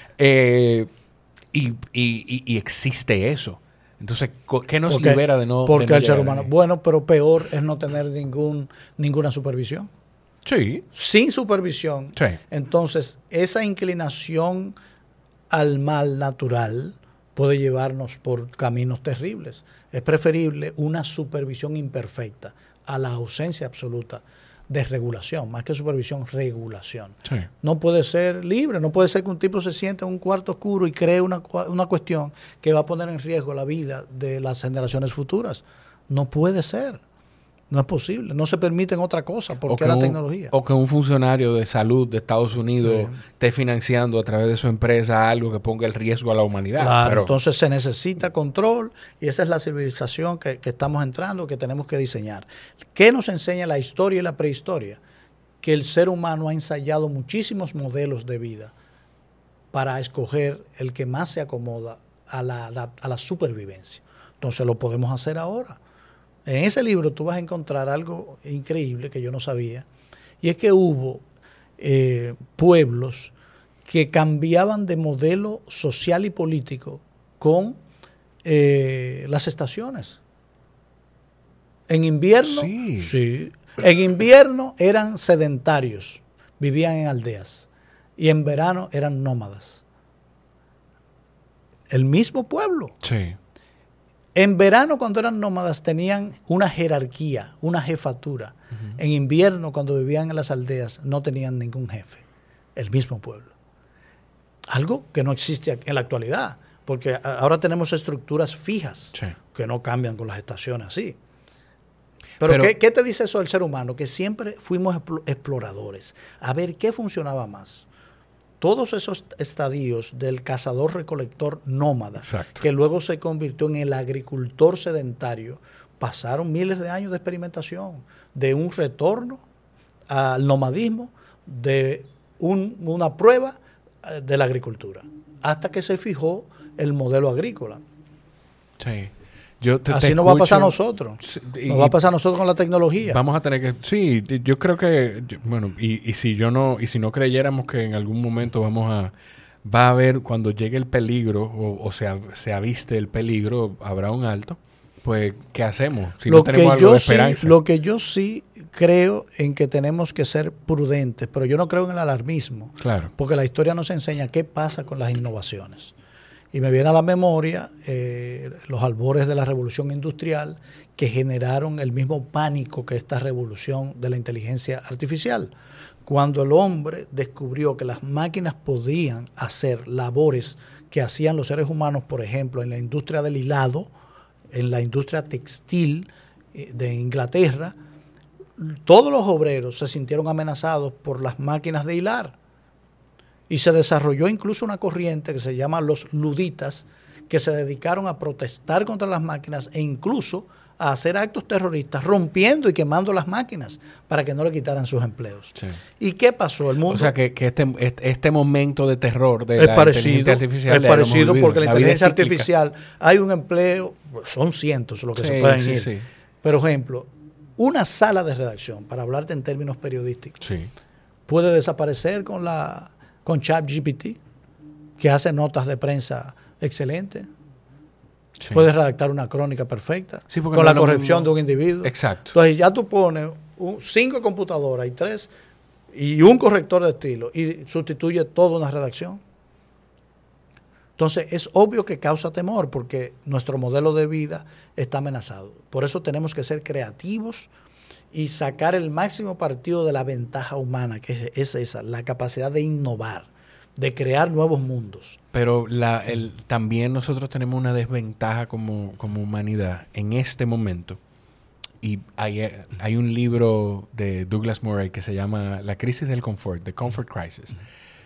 Speaker 1: Eh, y, y, y, y existe eso. Entonces, ¿qué nos
Speaker 2: porque,
Speaker 1: libera de no
Speaker 2: Porque
Speaker 1: de no
Speaker 2: el ser humano... Ahí? Bueno, pero peor es no tener ningún ninguna supervisión.
Speaker 1: Sí.
Speaker 2: Sin supervisión.
Speaker 1: Sí.
Speaker 2: Entonces, esa inclinación al mal natural puede llevarnos por caminos terribles. Es preferible una supervisión imperfecta a la ausencia absoluta de regulación, más que supervisión, regulación.
Speaker 1: Sí.
Speaker 2: No puede ser libre, no puede ser que un tipo se siente en un cuarto oscuro y cree una, una cuestión que va a poner en riesgo la vida de las generaciones futuras. No puede ser, no es posible, no se permiten otra cosa porque es la
Speaker 1: un,
Speaker 2: tecnología.
Speaker 1: O que un funcionario de salud de Estados Unidos sí. esté financiando a través de su empresa algo que ponga el riesgo a la humanidad.
Speaker 2: Claro,
Speaker 1: pero...
Speaker 2: entonces se necesita control y esa es la civilización que, que estamos entrando, que tenemos que diseñar. ¿Qué nos enseña la historia y la prehistoria? Que el ser humano ha ensayado muchísimos modelos de vida para escoger el que más se acomoda a la, a la supervivencia. Entonces lo podemos hacer ahora. En ese libro tú vas a encontrar algo increíble que yo no sabía, y es que hubo eh, pueblos que cambiaban de modelo social y político con eh, las estaciones. En invierno,
Speaker 1: sí.
Speaker 2: sí, en invierno eran sedentarios, vivían en aldeas, y en verano eran nómadas. El mismo pueblo.
Speaker 1: Sí.
Speaker 2: En verano, cuando eran nómadas, tenían una jerarquía, una jefatura. Uh-huh. En invierno, cuando vivían en las aldeas, no tenían ningún jefe. El mismo pueblo. Algo que no existe en la actualidad, porque ahora tenemos estructuras fijas
Speaker 1: sí.
Speaker 2: que no cambian con las estaciones así. Pero, Pero ¿qué, ¿qué te dice eso del ser humano? Que siempre fuimos exploradores, a ver qué funcionaba más. Todos esos estadios del cazador-recolector nómada,
Speaker 1: exacto.
Speaker 2: que luego se convirtió en el agricultor sedentario, pasaron miles de años de experimentación, de un retorno al nomadismo, de un, una prueba de la agricultura, hasta que se fijó el modelo agrícola.
Speaker 1: Sí. Yo te,
Speaker 2: Así
Speaker 1: te
Speaker 2: nos
Speaker 1: escucho,
Speaker 2: va a pasar a nosotros. Y, nos va a pasar a nosotros con la tecnología.
Speaker 1: Vamos a tener que... Sí, yo creo que... Bueno, y, y si yo no... Y si no creyéramos que en algún momento vamos a... Va a haber... Cuando llegue el peligro o, o se, se aviste el peligro, habrá un alto. Pues, ¿qué hacemos? Si
Speaker 2: lo
Speaker 1: no tenemos
Speaker 2: que
Speaker 1: algo
Speaker 2: yo
Speaker 1: de esperanza.
Speaker 2: Sí, lo que yo sí creo en que tenemos que ser prudentes, pero yo no creo en el alarmismo.
Speaker 1: Claro.
Speaker 2: Porque la historia nos enseña qué pasa con las innovaciones. Y me viene a la memoria eh, los albores de la revolución industrial que generaron el mismo pánico que esta revolución de la inteligencia artificial. Cuando el hombre descubrió que las máquinas podían hacer labores que hacían los seres humanos, por ejemplo, en la industria del hilado, en la industria textil de Inglaterra, todos los obreros se sintieron amenazados por las máquinas de hilar. Y se desarrolló incluso una corriente que se llama los luditas, que se dedicaron a protestar contra las máquinas e incluso a hacer actos terroristas, rompiendo y quemando las máquinas para que no le quitaran sus empleos.
Speaker 1: Sí.
Speaker 2: ¿Y qué pasó? El mundo...
Speaker 1: O sea, que, que este, este momento de terror de
Speaker 2: es
Speaker 1: la
Speaker 2: parecido,
Speaker 1: inteligencia artificial...
Speaker 2: Es parecido porque la, la inteligencia artificial, hay un empleo, son cientos los que sí, se pueden
Speaker 1: sí,
Speaker 2: ir.
Speaker 1: Sí.
Speaker 2: Pero, ejemplo, una sala de redacción, para hablarte en términos periodísticos,
Speaker 1: sí.
Speaker 2: puede desaparecer con la... con ChatGPT, que hace notas de prensa excelentes. Sí. Puedes redactar una crónica perfecta
Speaker 1: sí,
Speaker 2: con
Speaker 1: no
Speaker 2: la corrección mismo. de un individuo.
Speaker 1: Exacto.
Speaker 2: Entonces ya tú pones un, cinco computadoras y tres y un corrector de estilo y sustituye toda una redacción. Entonces es obvio que causa temor porque nuestro modelo de vida está amenazado. Por eso tenemos que ser creativos y sacar el máximo partido de la ventaja humana, que es esa, la capacidad de innovar, de crear nuevos mundos.
Speaker 1: Pero la, el, también nosotros tenemos una desventaja como, como humanidad en este momento. Y hay, hay un libro de Douglas Murray que se llama La crisis del confort, The Comfort Crisis,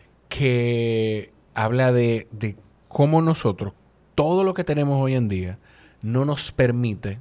Speaker 1: que habla de, de cómo nosotros, todo lo que tenemos hoy en día, no nos permite,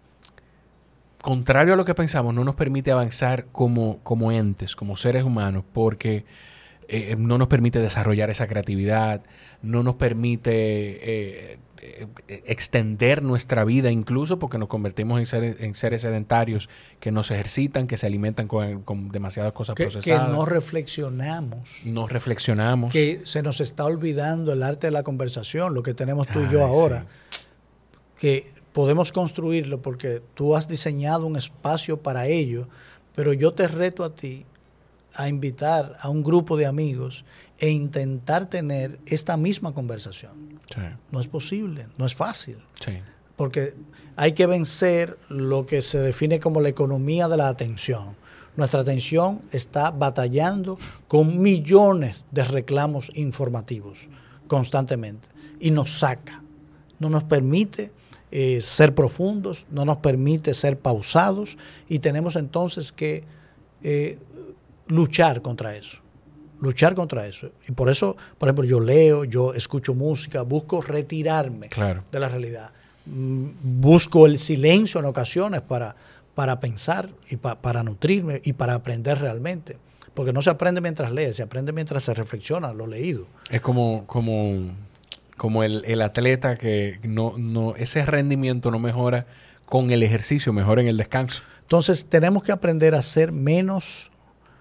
Speaker 1: contrario a lo que pensamos, no nos permite avanzar como, como entes, como seres humanos, porque eh, no nos permite desarrollar esa creatividad, no nos permite eh, eh, extender nuestra vida, incluso porque nos convertimos en seres, en seres sedentarios que no se ejercitan, que se alimentan con, con demasiadas cosas
Speaker 2: que,
Speaker 1: procesadas.
Speaker 2: Que no reflexionamos.
Speaker 1: No reflexionamos.
Speaker 2: Que se nos está olvidando el arte de la conversación, lo que tenemos tú Ay, y yo ahora. Sí. Que podemos construirlo porque tú has diseñado un espacio para ello, pero yo te reto a ti a invitar a un grupo de amigos e intentar tener esta misma conversación. Sí. No es posible, no es fácil. Sí. Porque hay que vencer lo que se define como la economía de la atención. Nuestra atención está batallando con millones de reclamos informativos constantemente y nos saca, no nos permite Eh, ser profundos, no nos permite ser pausados y tenemos entonces que eh, luchar contra eso, luchar contra eso. Y por eso, por ejemplo, yo leo, yo escucho música, busco retirarme claro. de la realidad, mm, busco el silencio en ocasiones para, para pensar y pa, para nutrirme y para aprender realmente. Porque no se aprende mientras lee, se aprende mientras se reflexiona lo leído.
Speaker 1: Es como... como... Como el, el atleta que no, no, ese rendimiento no mejora con el ejercicio, mejora en el descanso.
Speaker 2: Entonces tenemos que aprender a ser menos,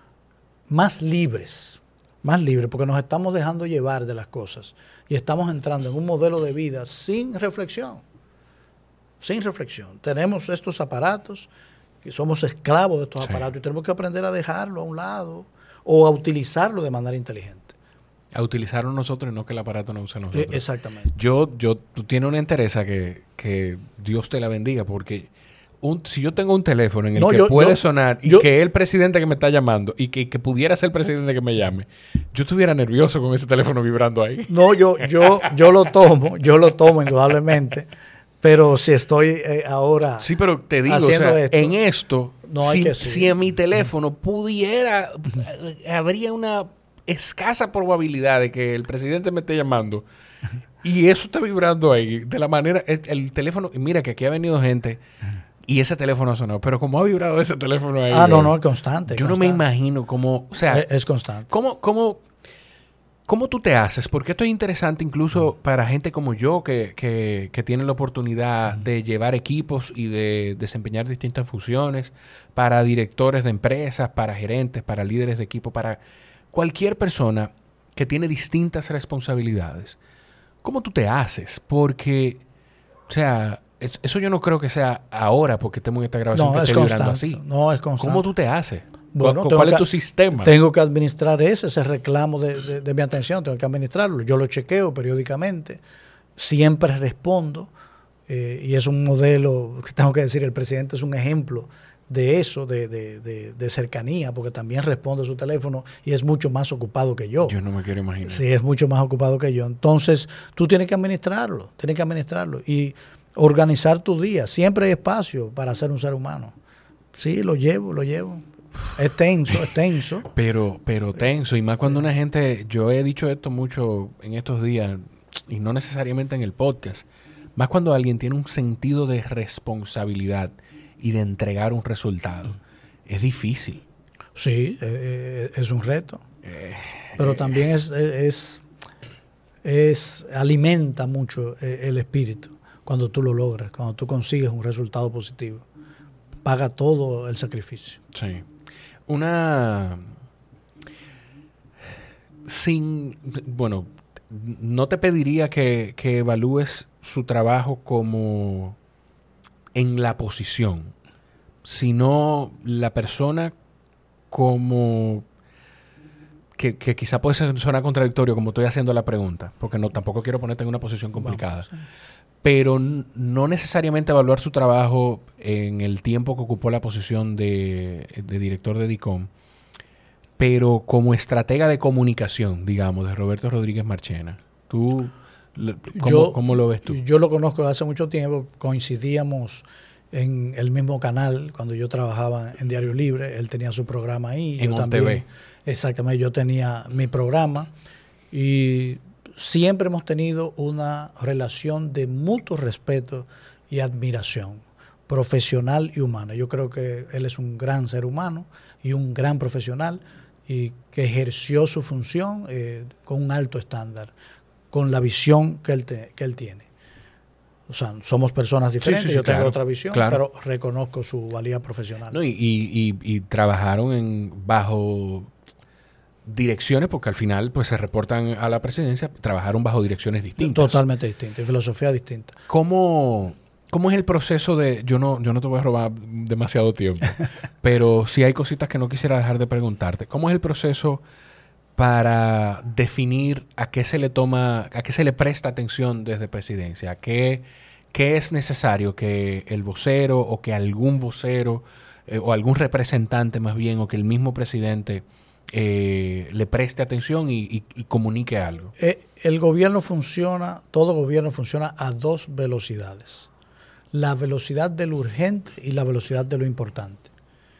Speaker 2: más libres, más libres, porque nos estamos dejando llevar de las cosas y estamos entrando en un modelo de vida sin reflexión, sin reflexión. Tenemos estos aparatos, que somos esclavos de estos sí. aparatos y tenemos que aprender a dejarlo a un lado o a utilizarlo de manera inteligente.
Speaker 1: A utilizarlo nosotros y no que el aparato nos use a nosotros.
Speaker 2: Exactamente.
Speaker 1: Yo, yo, tú tienes una entereza que, que Dios te la bendiga, porque un, si yo tengo un teléfono en el no, que yo, puede yo, sonar y yo, que es el presidente que me está llamando y que, que pudiera ser el presidente que me llame, yo estuviera nervioso con ese teléfono vibrando ahí.
Speaker 2: No, yo, yo, yo lo tomo, yo lo tomo indudablemente, pero si estoy eh, ahora
Speaker 1: sí, pero te digo,
Speaker 2: haciendo
Speaker 1: o sea,
Speaker 2: esto,
Speaker 1: en esto,
Speaker 2: no hay
Speaker 1: si,
Speaker 2: que
Speaker 1: si en mi teléfono pudiera, habría una escasa probabilidad de que el presidente me esté llamando y eso está vibrando ahí de la manera, el, el teléfono, mira que aquí ha venido gente y ese teléfono ha sonado, pero como ha vibrado ese teléfono ahí.
Speaker 2: Ah, no, no, es constante.
Speaker 1: Yo
Speaker 2: constante.
Speaker 1: no me imagino cómo, o sea,
Speaker 2: es, es constante.
Speaker 1: ¿Cómo, cómo, cómo tú te haces? Porque esto es interesante incluso mm. para gente como yo que, que, que tiene la oportunidad mm. de llevar equipos y de desempeñar distintas funciones, para directores de empresas, para gerentes, para líderes de equipo, para cualquier persona que tiene distintas responsabilidades. ¿Cómo tú te haces? Porque, o sea, es, eso yo no creo que sea ahora porque estemos en esta grabación
Speaker 2: no,
Speaker 1: que
Speaker 2: es
Speaker 1: esté vibrando
Speaker 2: constante.
Speaker 1: así.
Speaker 2: No, es constante.
Speaker 1: ¿Cómo tú te haces?
Speaker 2: Bueno,
Speaker 1: ¿Cuál, cuál es
Speaker 2: que,
Speaker 1: tu sistema?
Speaker 2: Tengo que administrar ese, ese reclamo de, de, de mi atención, tengo que administrarlo. Yo lo chequeo periódicamente, siempre respondo eh, y es un modelo, que tengo que decir, el presidente es un ejemplo de eso, de, de, de, de cercanía, porque también responde a su teléfono y es mucho más ocupado que yo.
Speaker 1: Yo no me quiero imaginar.
Speaker 2: Sí, es mucho más ocupado que yo. Entonces, tú tienes que administrarlo, tienes que administrarlo y organizar tu día. Siempre hay espacio para ser un ser humano. Sí, lo llevo, lo llevo. Es tenso, es tenso.
Speaker 1: Pero, pero tenso, y más cuando una gente, yo he dicho esto mucho en estos días, y no necesariamente en el podcast, más cuando alguien tiene un sentido de responsabilidad y de entregar un resultado. Es difícil.
Speaker 2: Sí, eh, es un reto. Eh, Pero también es, es, es alimenta mucho el espíritu cuando tú lo logras, cuando tú consigues un resultado positivo. Paga todo el sacrificio.
Speaker 1: Sí. Una... Sin... Bueno, no te pediría que, que evalúes su trabajo como en la posición, sino la persona como que, que quizá puede sonar contradictorio como estoy haciendo la pregunta, porque no tampoco quiero ponerte en una posición complicada. Vamos, sí. Pero n- no necesariamente evaluar su trabajo en el tiempo que ocupó la posición de, de director de DICOM, pero como estratega de comunicación, digamos, de Roberto Rodríguez Marchena. ¿Tú cómo,
Speaker 2: yo,
Speaker 1: cómo lo ves tú?
Speaker 2: Yo lo conozco hace mucho tiempo, coincidíamos en el mismo canal cuando yo trabajaba en Diario Libre, él tenía su programa ahí.
Speaker 1: En
Speaker 2: yo también, T V. Exactamente, yo tenía mi programa y siempre hemos tenido una relación de mutuo respeto y admiración, profesional y humana. Yo creo que él es un gran ser humano y un gran profesional y que ejerció su función eh, con un alto estándar, con la visión que él, te, que él tiene. O sea, somos personas diferentes, sí, sí, sí, yo tengo claro, otra visión, claro. pero reconozco su valía profesional.
Speaker 1: No, y, y, y, y trabajaron en bajo direcciones, porque al final pues se reportan a la presidencia, trabajaron bajo direcciones distintas.
Speaker 2: Totalmente distintas, filosofía distinta.
Speaker 1: ¿Cómo, cómo es el proceso de...? Yo no, yo no te voy a robar demasiado tiempo, pero sí hay cositas que no quisiera dejar de preguntarte. ¿Cómo es el proceso para definir a qué se le toma, a qué se le presta atención desde presidencia? ¿A qué, qué es necesario que el vocero o que algún vocero eh, o algún representante más bien o que el mismo presidente eh, le preste atención y, y, y comunique algo?
Speaker 2: Eh, el gobierno funciona, todo gobierno funciona a dos velocidades. La velocidad de lo urgente y la velocidad de lo importante.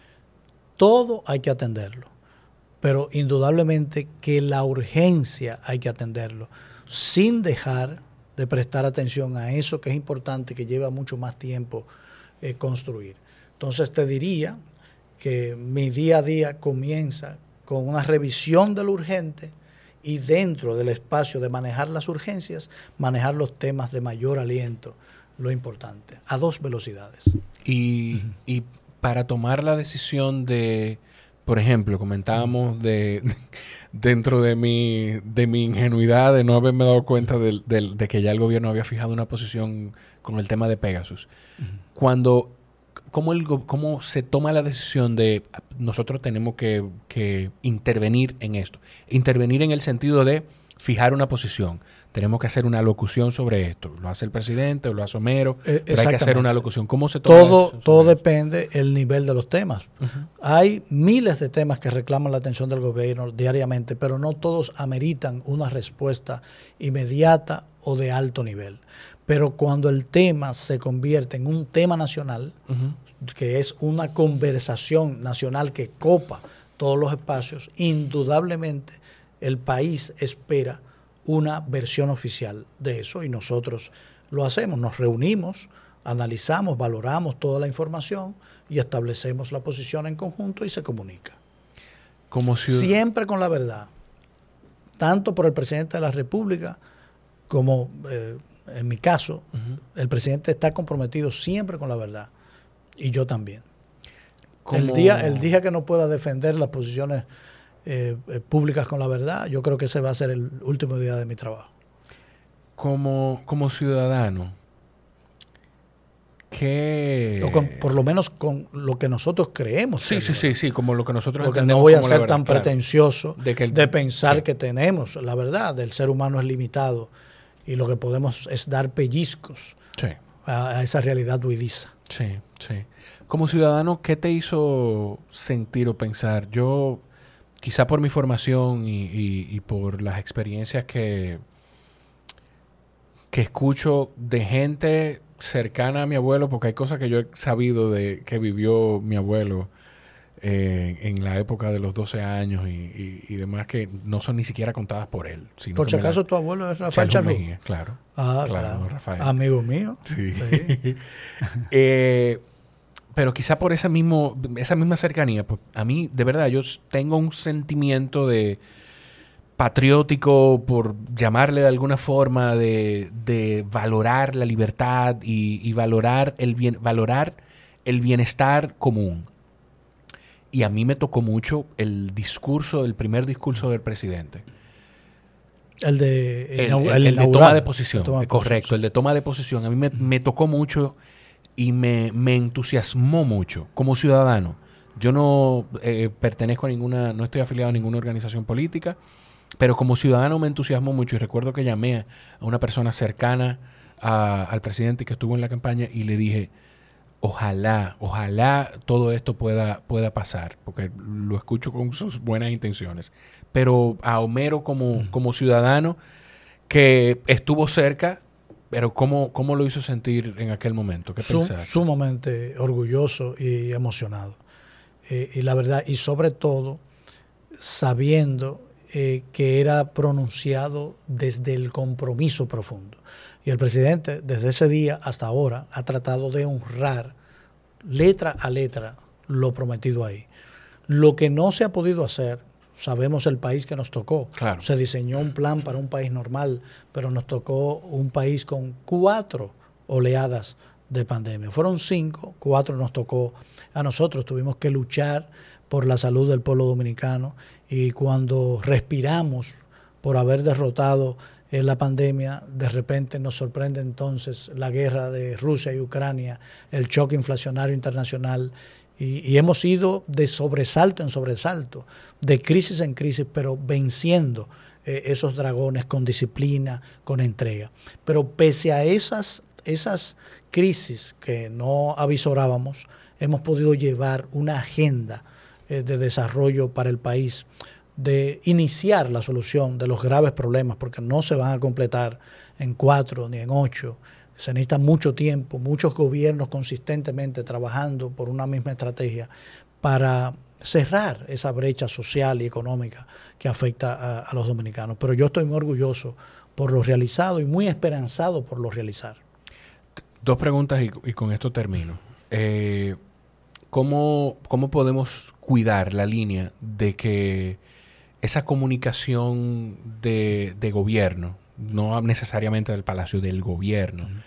Speaker 2: Todo hay que atenderlo. Pero indudablemente que la urgencia hay que atenderlo, sin dejar de prestar atención a eso que es importante, que lleva mucho más tiempo eh, construir. Entonces te diría que mi día a día comienza con una revisión de lo urgente y dentro del espacio de manejar las urgencias, manejar los temas de mayor aliento, lo importante, a dos velocidades.
Speaker 1: Y, uh-huh. y para tomar la decisión de... Por ejemplo, comentábamos de, de dentro de mi, de mi ingenuidad de no haberme dado cuenta de, de, de que ya el gobierno había fijado una posición con el tema de Pegasus. Uh-huh. Cuando, ¿cómo, el, ¿Cómo se toma la decisión de nosotros tenemos que, que intervenir en esto? Intervenir en el sentido de fijar una posición. Tenemos que hacer una locución sobre esto. Lo hace el presidente o lo hace Homero, eh, pero hay que hacer una locución. ¿Cómo se toma
Speaker 2: todo,
Speaker 1: eso?
Speaker 2: Todo depende del nivel de los temas. Uh-huh. Hay miles de temas que reclaman la atención del gobierno diariamente, pero no todos ameritan una respuesta inmediata o de alto nivel. Pero cuando el tema se convierte en un tema nacional, uh-huh. que es una conversación nacional que copa todos los espacios, indudablemente el país espera una versión oficial de eso y nosotros lo hacemos, nos reunimos, analizamos, valoramos toda la información y establecemos la posición en conjunto y se comunica.
Speaker 1: Como ciudad...
Speaker 2: Siempre con la verdad, tanto por el presidente de la República como eh, en mi caso, uh-huh. el presidente está comprometido siempre con la verdad y yo también. Como... El día, el día que no pueda defender las posiciones Eh, eh, públicas con la verdad, yo creo que ese va a ser el último día de mi trabajo.
Speaker 1: Como, como ciudadano, ¿qué...?
Speaker 2: O con, por lo menos con lo que nosotros creemos.
Speaker 1: Sí, sí, sí, sí, como lo que nosotros
Speaker 2: Porque no voy a ser
Speaker 1: verdad,
Speaker 2: tan
Speaker 1: claro.
Speaker 2: pretencioso de, que el, de pensar sí. que tenemos la verdad. El ser humano es limitado y lo que podemos es dar pellizcos
Speaker 1: sí.
Speaker 2: a, a esa realidad huidiza.
Speaker 1: Sí, sí. Como ciudadano, ¿qué te hizo sentir o pensar? Yo... Quizá por mi formación y, y, y por las experiencias que, que escucho de gente cercana a mi abuelo, porque hay cosas que yo he sabido de que vivió mi abuelo eh, en la época de los doce años y, y, y demás que no son ni siquiera contadas por él. Sino
Speaker 2: por si acaso
Speaker 1: la...
Speaker 2: tu abuelo es Rafael Charrúa.
Speaker 1: Claro.
Speaker 2: Ah, claro. claro. Rafael. Amigo mío.
Speaker 1: Sí. sí. eh, Pero quizá por esa, mismo, esa misma cercanía, pues a mí, de verdad, yo tengo un sentimiento de patriótico, por llamarle de alguna forma, de, de valorar la libertad y, y valorar, el bien, valorar el bienestar común. Y a mí me tocó mucho el discurso, el primer discurso del presidente.
Speaker 2: El de,
Speaker 1: el, el, el de toma de posición, toma de correcto, posición. El de toma de posición. A mí me, me tocó mucho... Y me, me entusiasmó mucho como ciudadano Yo no eh, pertenezco a ninguna, no estoy afiliado a ninguna organización política, pero como ciudadano me entusiasmó mucho y recuerdo que llamé a una persona cercana a, al presidente que estuvo en la campaña y le dije, ojalá, ojalá todo esto pueda, pueda pasar, porque lo escucho con sus buenas intenciones. Pero a Homero como, como ciudadano que estuvo cerca, pero ¿cómo, cómo lo hizo sentir en aquel momento? ¿Qué
Speaker 2: Sum,
Speaker 1: pensaste?
Speaker 2: Sumamente orgulloso y emocionado. Eh, y la verdad, y sobre todo, sabiendo eh, que era pronunciado desde el compromiso profundo. Y el presidente, desde ese día hasta ahora, ha tratado de honrar letra a letra lo prometido ahí. Lo que no se ha podido hacer, sabemos el país que nos tocó.
Speaker 1: Claro.
Speaker 2: Se diseñó un plan para un país normal, pero nos tocó un país con cuatro oleadas de pandemia. Fueron cinco, cuatro nos tocó a nosotros. Tuvimos que luchar por la salud del pueblo dominicano y cuando respiramos por haber derrotado eh, la pandemia, de repente nos sorprende entonces la guerra de Rusia y Ucrania, el choque inflacionario internacional y, y hemos ido de sobresalto en sobresalto, de crisis en crisis, pero venciendo eh, esos dragones con disciplina, con entrega. Pero pese a esas, esas crisis que no avisorábamos, hemos podido llevar una agenda eh, de desarrollo para el país, de iniciar la solución de los graves problemas, porque no se van a completar en cuatro ni en ocho. Se necesita mucho tiempo, muchos gobiernos consistentemente trabajando por una misma estrategia para cerrar esa brecha social y económica que afecta a, a los dominicanos. Pero yo estoy muy orgulloso por lo realizado y muy esperanzado por lo realizar.
Speaker 1: Dos preguntas y, y con esto termino. Eh, ¿cómo, ¿Cómo podemos cuidar la línea de que esa comunicación de, de gobierno, no necesariamente del Palacio, del gobierno uh-huh.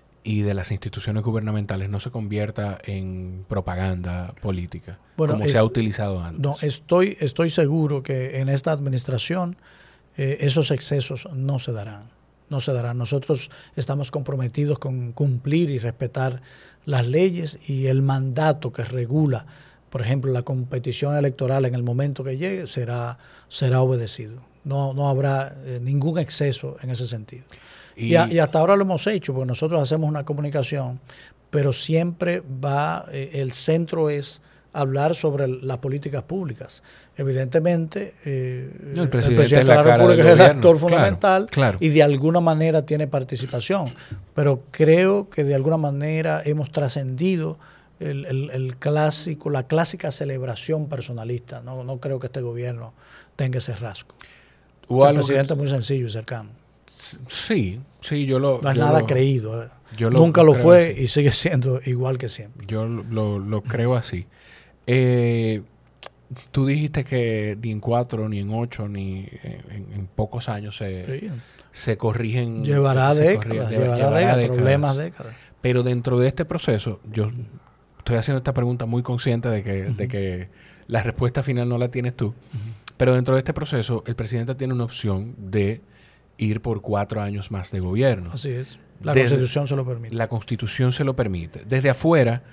Speaker 1: y de las instituciones gubernamentales, no se convierta en propaganda política, bueno, como es, se ha utilizado antes?
Speaker 2: No, estoy, estoy seguro que en esta administración eh, esos excesos no se darán. No se darán. Nosotros estamos comprometidos con cumplir y respetar las leyes y el mandato que regula, por ejemplo, la competición electoral en el momento que llegue será, será obedecido. No, no habrá eh, ningún exceso en ese sentido. Y, y, a, y hasta ahora lo hemos hecho, porque nosotros hacemos una comunicación, pero siempre va, eh, el centro es hablar sobre las políticas públicas. Evidentemente, eh,
Speaker 1: el, presidente
Speaker 2: el presidente de la, la República es el actor fundamental,
Speaker 1: claro, claro.
Speaker 2: y de alguna manera tiene participación. Pero creo que de alguna manera hemos trascendido El, el, el clásico, la clásica celebración personalista. No, no creo que este gobierno tenga ese rasgo. El presidente es muy sencillo y cercano.
Speaker 1: Sí, sí, yo lo...
Speaker 2: No es
Speaker 1: yo
Speaker 2: nada
Speaker 1: lo,
Speaker 2: creído. Eh.
Speaker 1: Yo
Speaker 2: Nunca
Speaker 1: lo,
Speaker 2: lo fue
Speaker 1: así.
Speaker 2: Y sigue siendo igual que siempre.
Speaker 1: Yo lo, lo, lo creo así. Eh, tú dijiste que ni en cuatro, ni en ocho, ni en, en pocos años se,
Speaker 2: sí.
Speaker 1: se corrigen...
Speaker 2: Llevará
Speaker 1: se
Speaker 2: décadas,
Speaker 1: corrigen,
Speaker 2: llevará,
Speaker 1: llevará
Speaker 2: décadas,
Speaker 1: décadas,
Speaker 2: problemas décadas.
Speaker 1: Pero dentro de este proceso, yo... Estoy haciendo esta pregunta muy consciente de que, uh-huh. de que la respuesta final no la tienes tú. Uh-huh. Pero dentro de este proceso, el presidente tiene una opción de ir por cuatro años más de gobierno.
Speaker 2: Así es. La
Speaker 1: Desde,
Speaker 2: Constitución se lo permite.
Speaker 1: La Constitución se lo permite. Desde afuera,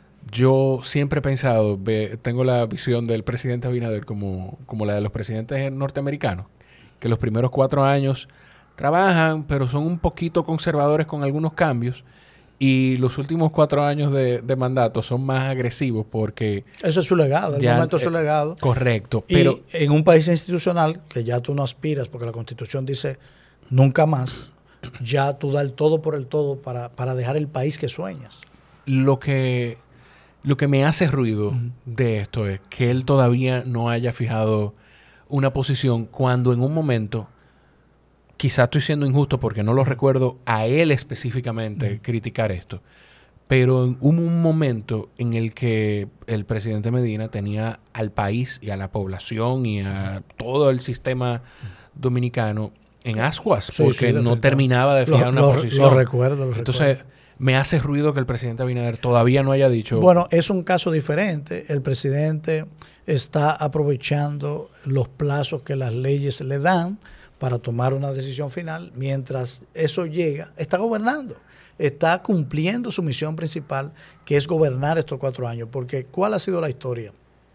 Speaker 1: yo siempre he pensado, ve, tengo la visión del presidente Abinader como, como la de los presidentes norteamericanos, que los primeros cuatro años trabajan, pero son un poquito conservadores con algunos cambios. Y los últimos cuatro años de, de mandato son más agresivos porque...
Speaker 2: Eso es su legado, el ya, momento es su legado.
Speaker 1: Eh, correcto. Pero
Speaker 2: y en un país institucional, que ya tú no aspiras, porque la Constitución dice nunca más, ya tú das el todo por el todo para, para dejar el país que sueñas.
Speaker 1: Lo que, lo que me hace ruido uh-huh. de esto es que él todavía no haya fijado una posición cuando en un momento... Quizá estoy siendo injusto porque no lo recuerdo a él específicamente uh-huh. criticar esto, pero hubo un momento en el que el presidente Medina tenía al país y a la población y a todo el sistema dominicano en ascuas porque sí, sí, no terminaba de fijar
Speaker 2: lo,
Speaker 1: una
Speaker 2: lo,
Speaker 1: posición.
Speaker 2: Lo recuerdo, lo
Speaker 1: Entonces,
Speaker 2: recuerdo.
Speaker 1: Me hace ruido que el presidente Abinader todavía no haya dicho...
Speaker 2: Bueno, es un caso diferente. El presidente está aprovechando los plazos que las leyes le dan para tomar una decisión final. Mientras eso llega, está gobernando, está cumpliendo su misión principal, que es gobernar estos cuatro años. Porque ¿cuál ha sido la historia?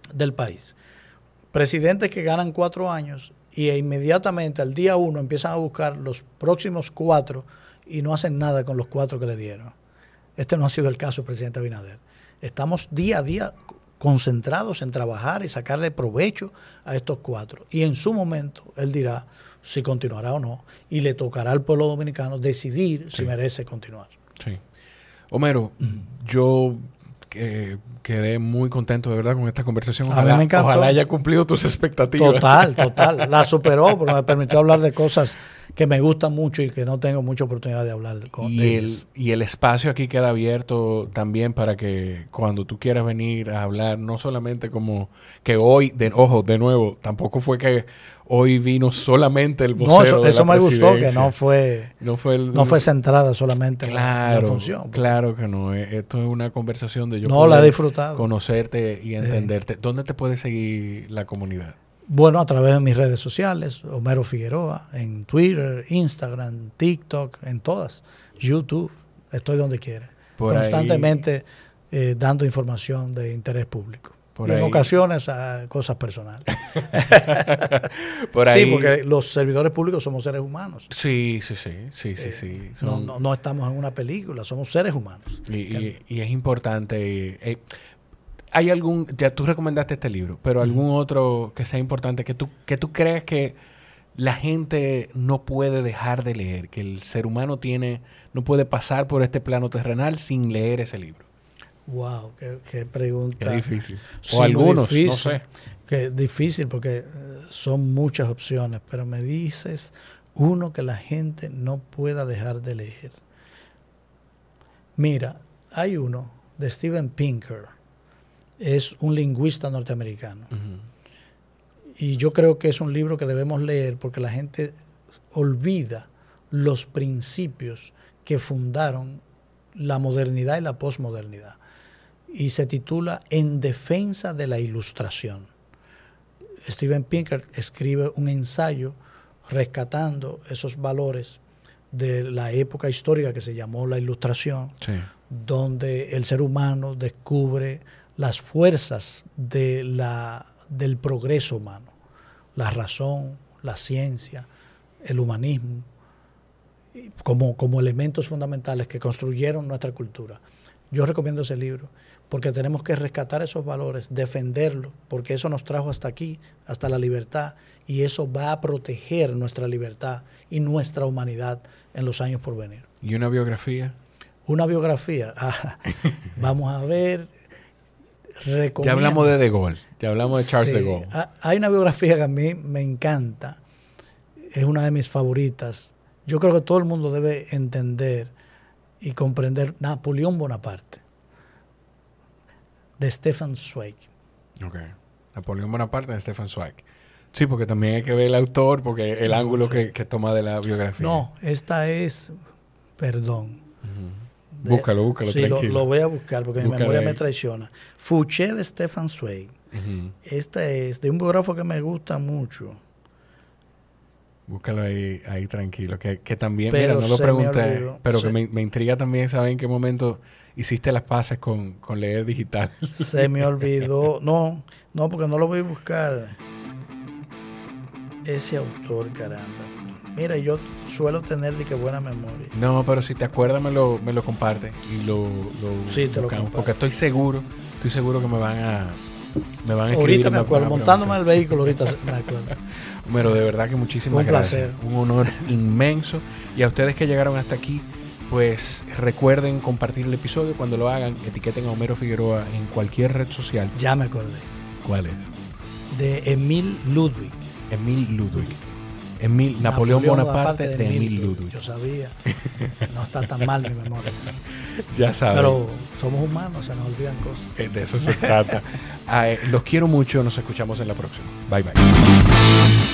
Speaker 2: del país. Presidentes que ganan cuatro años y inmediatamente al día uno empiezan a buscar los próximos cuatro y no hacen nada con los cuatro que le dieron. Este no ha sido el caso del presidente Abinader. Estamos día a día concentrados en trabajar y sacarle provecho a estos cuatro. Y en su momento él dirá si continuará o no, y le tocará al pueblo dominicano decidir sí. si merece continuar.
Speaker 1: Sí. Homero, mm. yo eh, quedé muy contento de verdad con esta conversación. Ojalá,
Speaker 2: a mí me encantó.
Speaker 1: Ojalá haya cumplido tus expectativas.
Speaker 2: Total, total. La superó, porque me permitió hablar de cosas que me gustan mucho y que no tengo mucha oportunidad de hablar de, con
Speaker 1: y
Speaker 2: ellas.
Speaker 1: El, y el espacio aquí queda abierto también para que cuando tú quieras venir a hablar, no solamente como que hoy, de, ojo, de nuevo, tampoco fue que hoy vino solamente el vocero.
Speaker 2: No, eso,
Speaker 1: de
Speaker 2: eso
Speaker 1: la
Speaker 2: me gustó, que no fue,
Speaker 1: no fue, el,
Speaker 2: no fue centrada solamente
Speaker 1: claro,
Speaker 2: en la función.
Speaker 1: Claro que no. Esto es una conversación de yo
Speaker 2: no, la he disfrutado.
Speaker 1: Conocerte y entenderte. Eh. ¿Dónde te puede seguir la comunidad?
Speaker 2: Bueno, a través de mis redes sociales, Homero Figueroa, en Twitter, Instagram, TikTok, en todas, YouTube, estoy donde quiera. Por constantemente eh, dando información de interés público. Por y en ahí. ocasiones a cosas personales. Por ahí. Sí, porque los servidores públicos somos seres humanos.
Speaker 1: Sí, sí, sí, sí, sí,
Speaker 2: eh,
Speaker 1: sí.
Speaker 2: Son... No, no, no estamos en una película, somos seres humanos.
Speaker 1: Y, y, y es importante... Eh, ¿Hay algún, ya tú recomendaste este libro, pero algún uh-huh. otro que sea importante, que tú, que tú creas que la gente no puede dejar de leer, que el ser humano tiene, no puede pasar por este plano terrenal sin leer ese libro?
Speaker 2: Wow, qué, qué pregunta.
Speaker 1: Qué difícil.
Speaker 2: Sí,
Speaker 1: o algunos,
Speaker 2: difícil,
Speaker 1: no sé.
Speaker 2: Que difícil porque son muchas opciones, pero me dices uno que la gente no pueda dejar de leer. Mira, hay uno de Steven Pinker. Es un lingüista norteamericano. Uh-huh. Y yo creo que es un libro que debemos leer porque la gente olvida los principios que fundaron la modernidad y la posmodernidad. Y se titula En defensa de la ilustración. Steven Pinker escribe un ensayo rescatando esos valores de la época histórica que se llamó la Ilustración, sí. donde el ser humano descubre las fuerzas de la, del progreso humano, la razón, la ciencia, el humanismo, como, como elementos fundamentales que construyeron nuestra cultura. Yo recomiendo ese libro porque tenemos que rescatar esos valores, defenderlos, porque eso nos trajo hasta aquí, hasta la libertad, y eso va a proteger nuestra libertad y nuestra humanidad en los años por venir.
Speaker 1: ¿Y una biografía?
Speaker 2: Una biografía. Ah, vamos a ver... Recomiendo.
Speaker 1: Ya hablamos de De Gaulle, ya hablamos de Charles
Speaker 2: sí.
Speaker 1: de Gaulle.
Speaker 2: Hay una biografía que a mí me encanta, es una de mis favoritas. Yo creo que todo el mundo debe entender y comprender Napoleón Bonaparte, de Stefan Zweig.
Speaker 1: Ok, Napoleón Bonaparte de Stefan Zweig. Sí, porque también hay que ver el autor, porque el no, ángulo sí. que, que toma de la biografía.
Speaker 2: No, esta es, perdón.
Speaker 1: Uh-huh. Búscalo, búscalo,
Speaker 2: sí,
Speaker 1: tranquilo.
Speaker 2: Lo, lo voy a buscar porque Búscalo mi memoria ahí. me traiciona. Fouché de Stefan Zweig. Uh-huh. Esta es de un biógrafo que me gusta mucho.
Speaker 1: Búscalo ahí, ahí tranquilo. Que, que también, pero mira, no lo pregunté, pero se, que me, me intriga también saber en qué momento hiciste las paces con, con leer digital.
Speaker 2: Se me olvidó. No, no, porque no lo voy a buscar. Ese autor, caramba. Mira, yo suelo tener de que buena memoria.
Speaker 1: No, pero si te acuerdas me lo, me lo compartes y lo, lo
Speaker 2: sí, te lo comparto.
Speaker 1: Porque estoy seguro, estoy seguro que me van a me van a escribir.
Speaker 2: Ahorita me acuerdo, montándome el vehículo, ahorita me acuerdo.
Speaker 1: Pero de verdad que muchísimas
Speaker 2: Un
Speaker 1: gracias.
Speaker 2: placer.
Speaker 1: Un honor inmenso. Y a ustedes que llegaron hasta aquí, pues recuerden compartir el episodio. Cuando lo hagan, etiqueten a Homero Figueroa en cualquier red social.
Speaker 2: Ya me acordé.
Speaker 1: ¿Cuál es?
Speaker 2: De Emil Ludwig.
Speaker 1: Emil Ludwig. Emil, Napoleón, Napoleón Bonaparte, Bonaparte de Emil Ludwig.
Speaker 2: Yo sabía. No está tan mal mi memoria.
Speaker 1: Ya sabes.
Speaker 2: Pero somos humanos, se nos olvidan cosas.
Speaker 1: De eso se trata. eh, los quiero mucho. Nos escuchamos en la próxima. Bye, bye.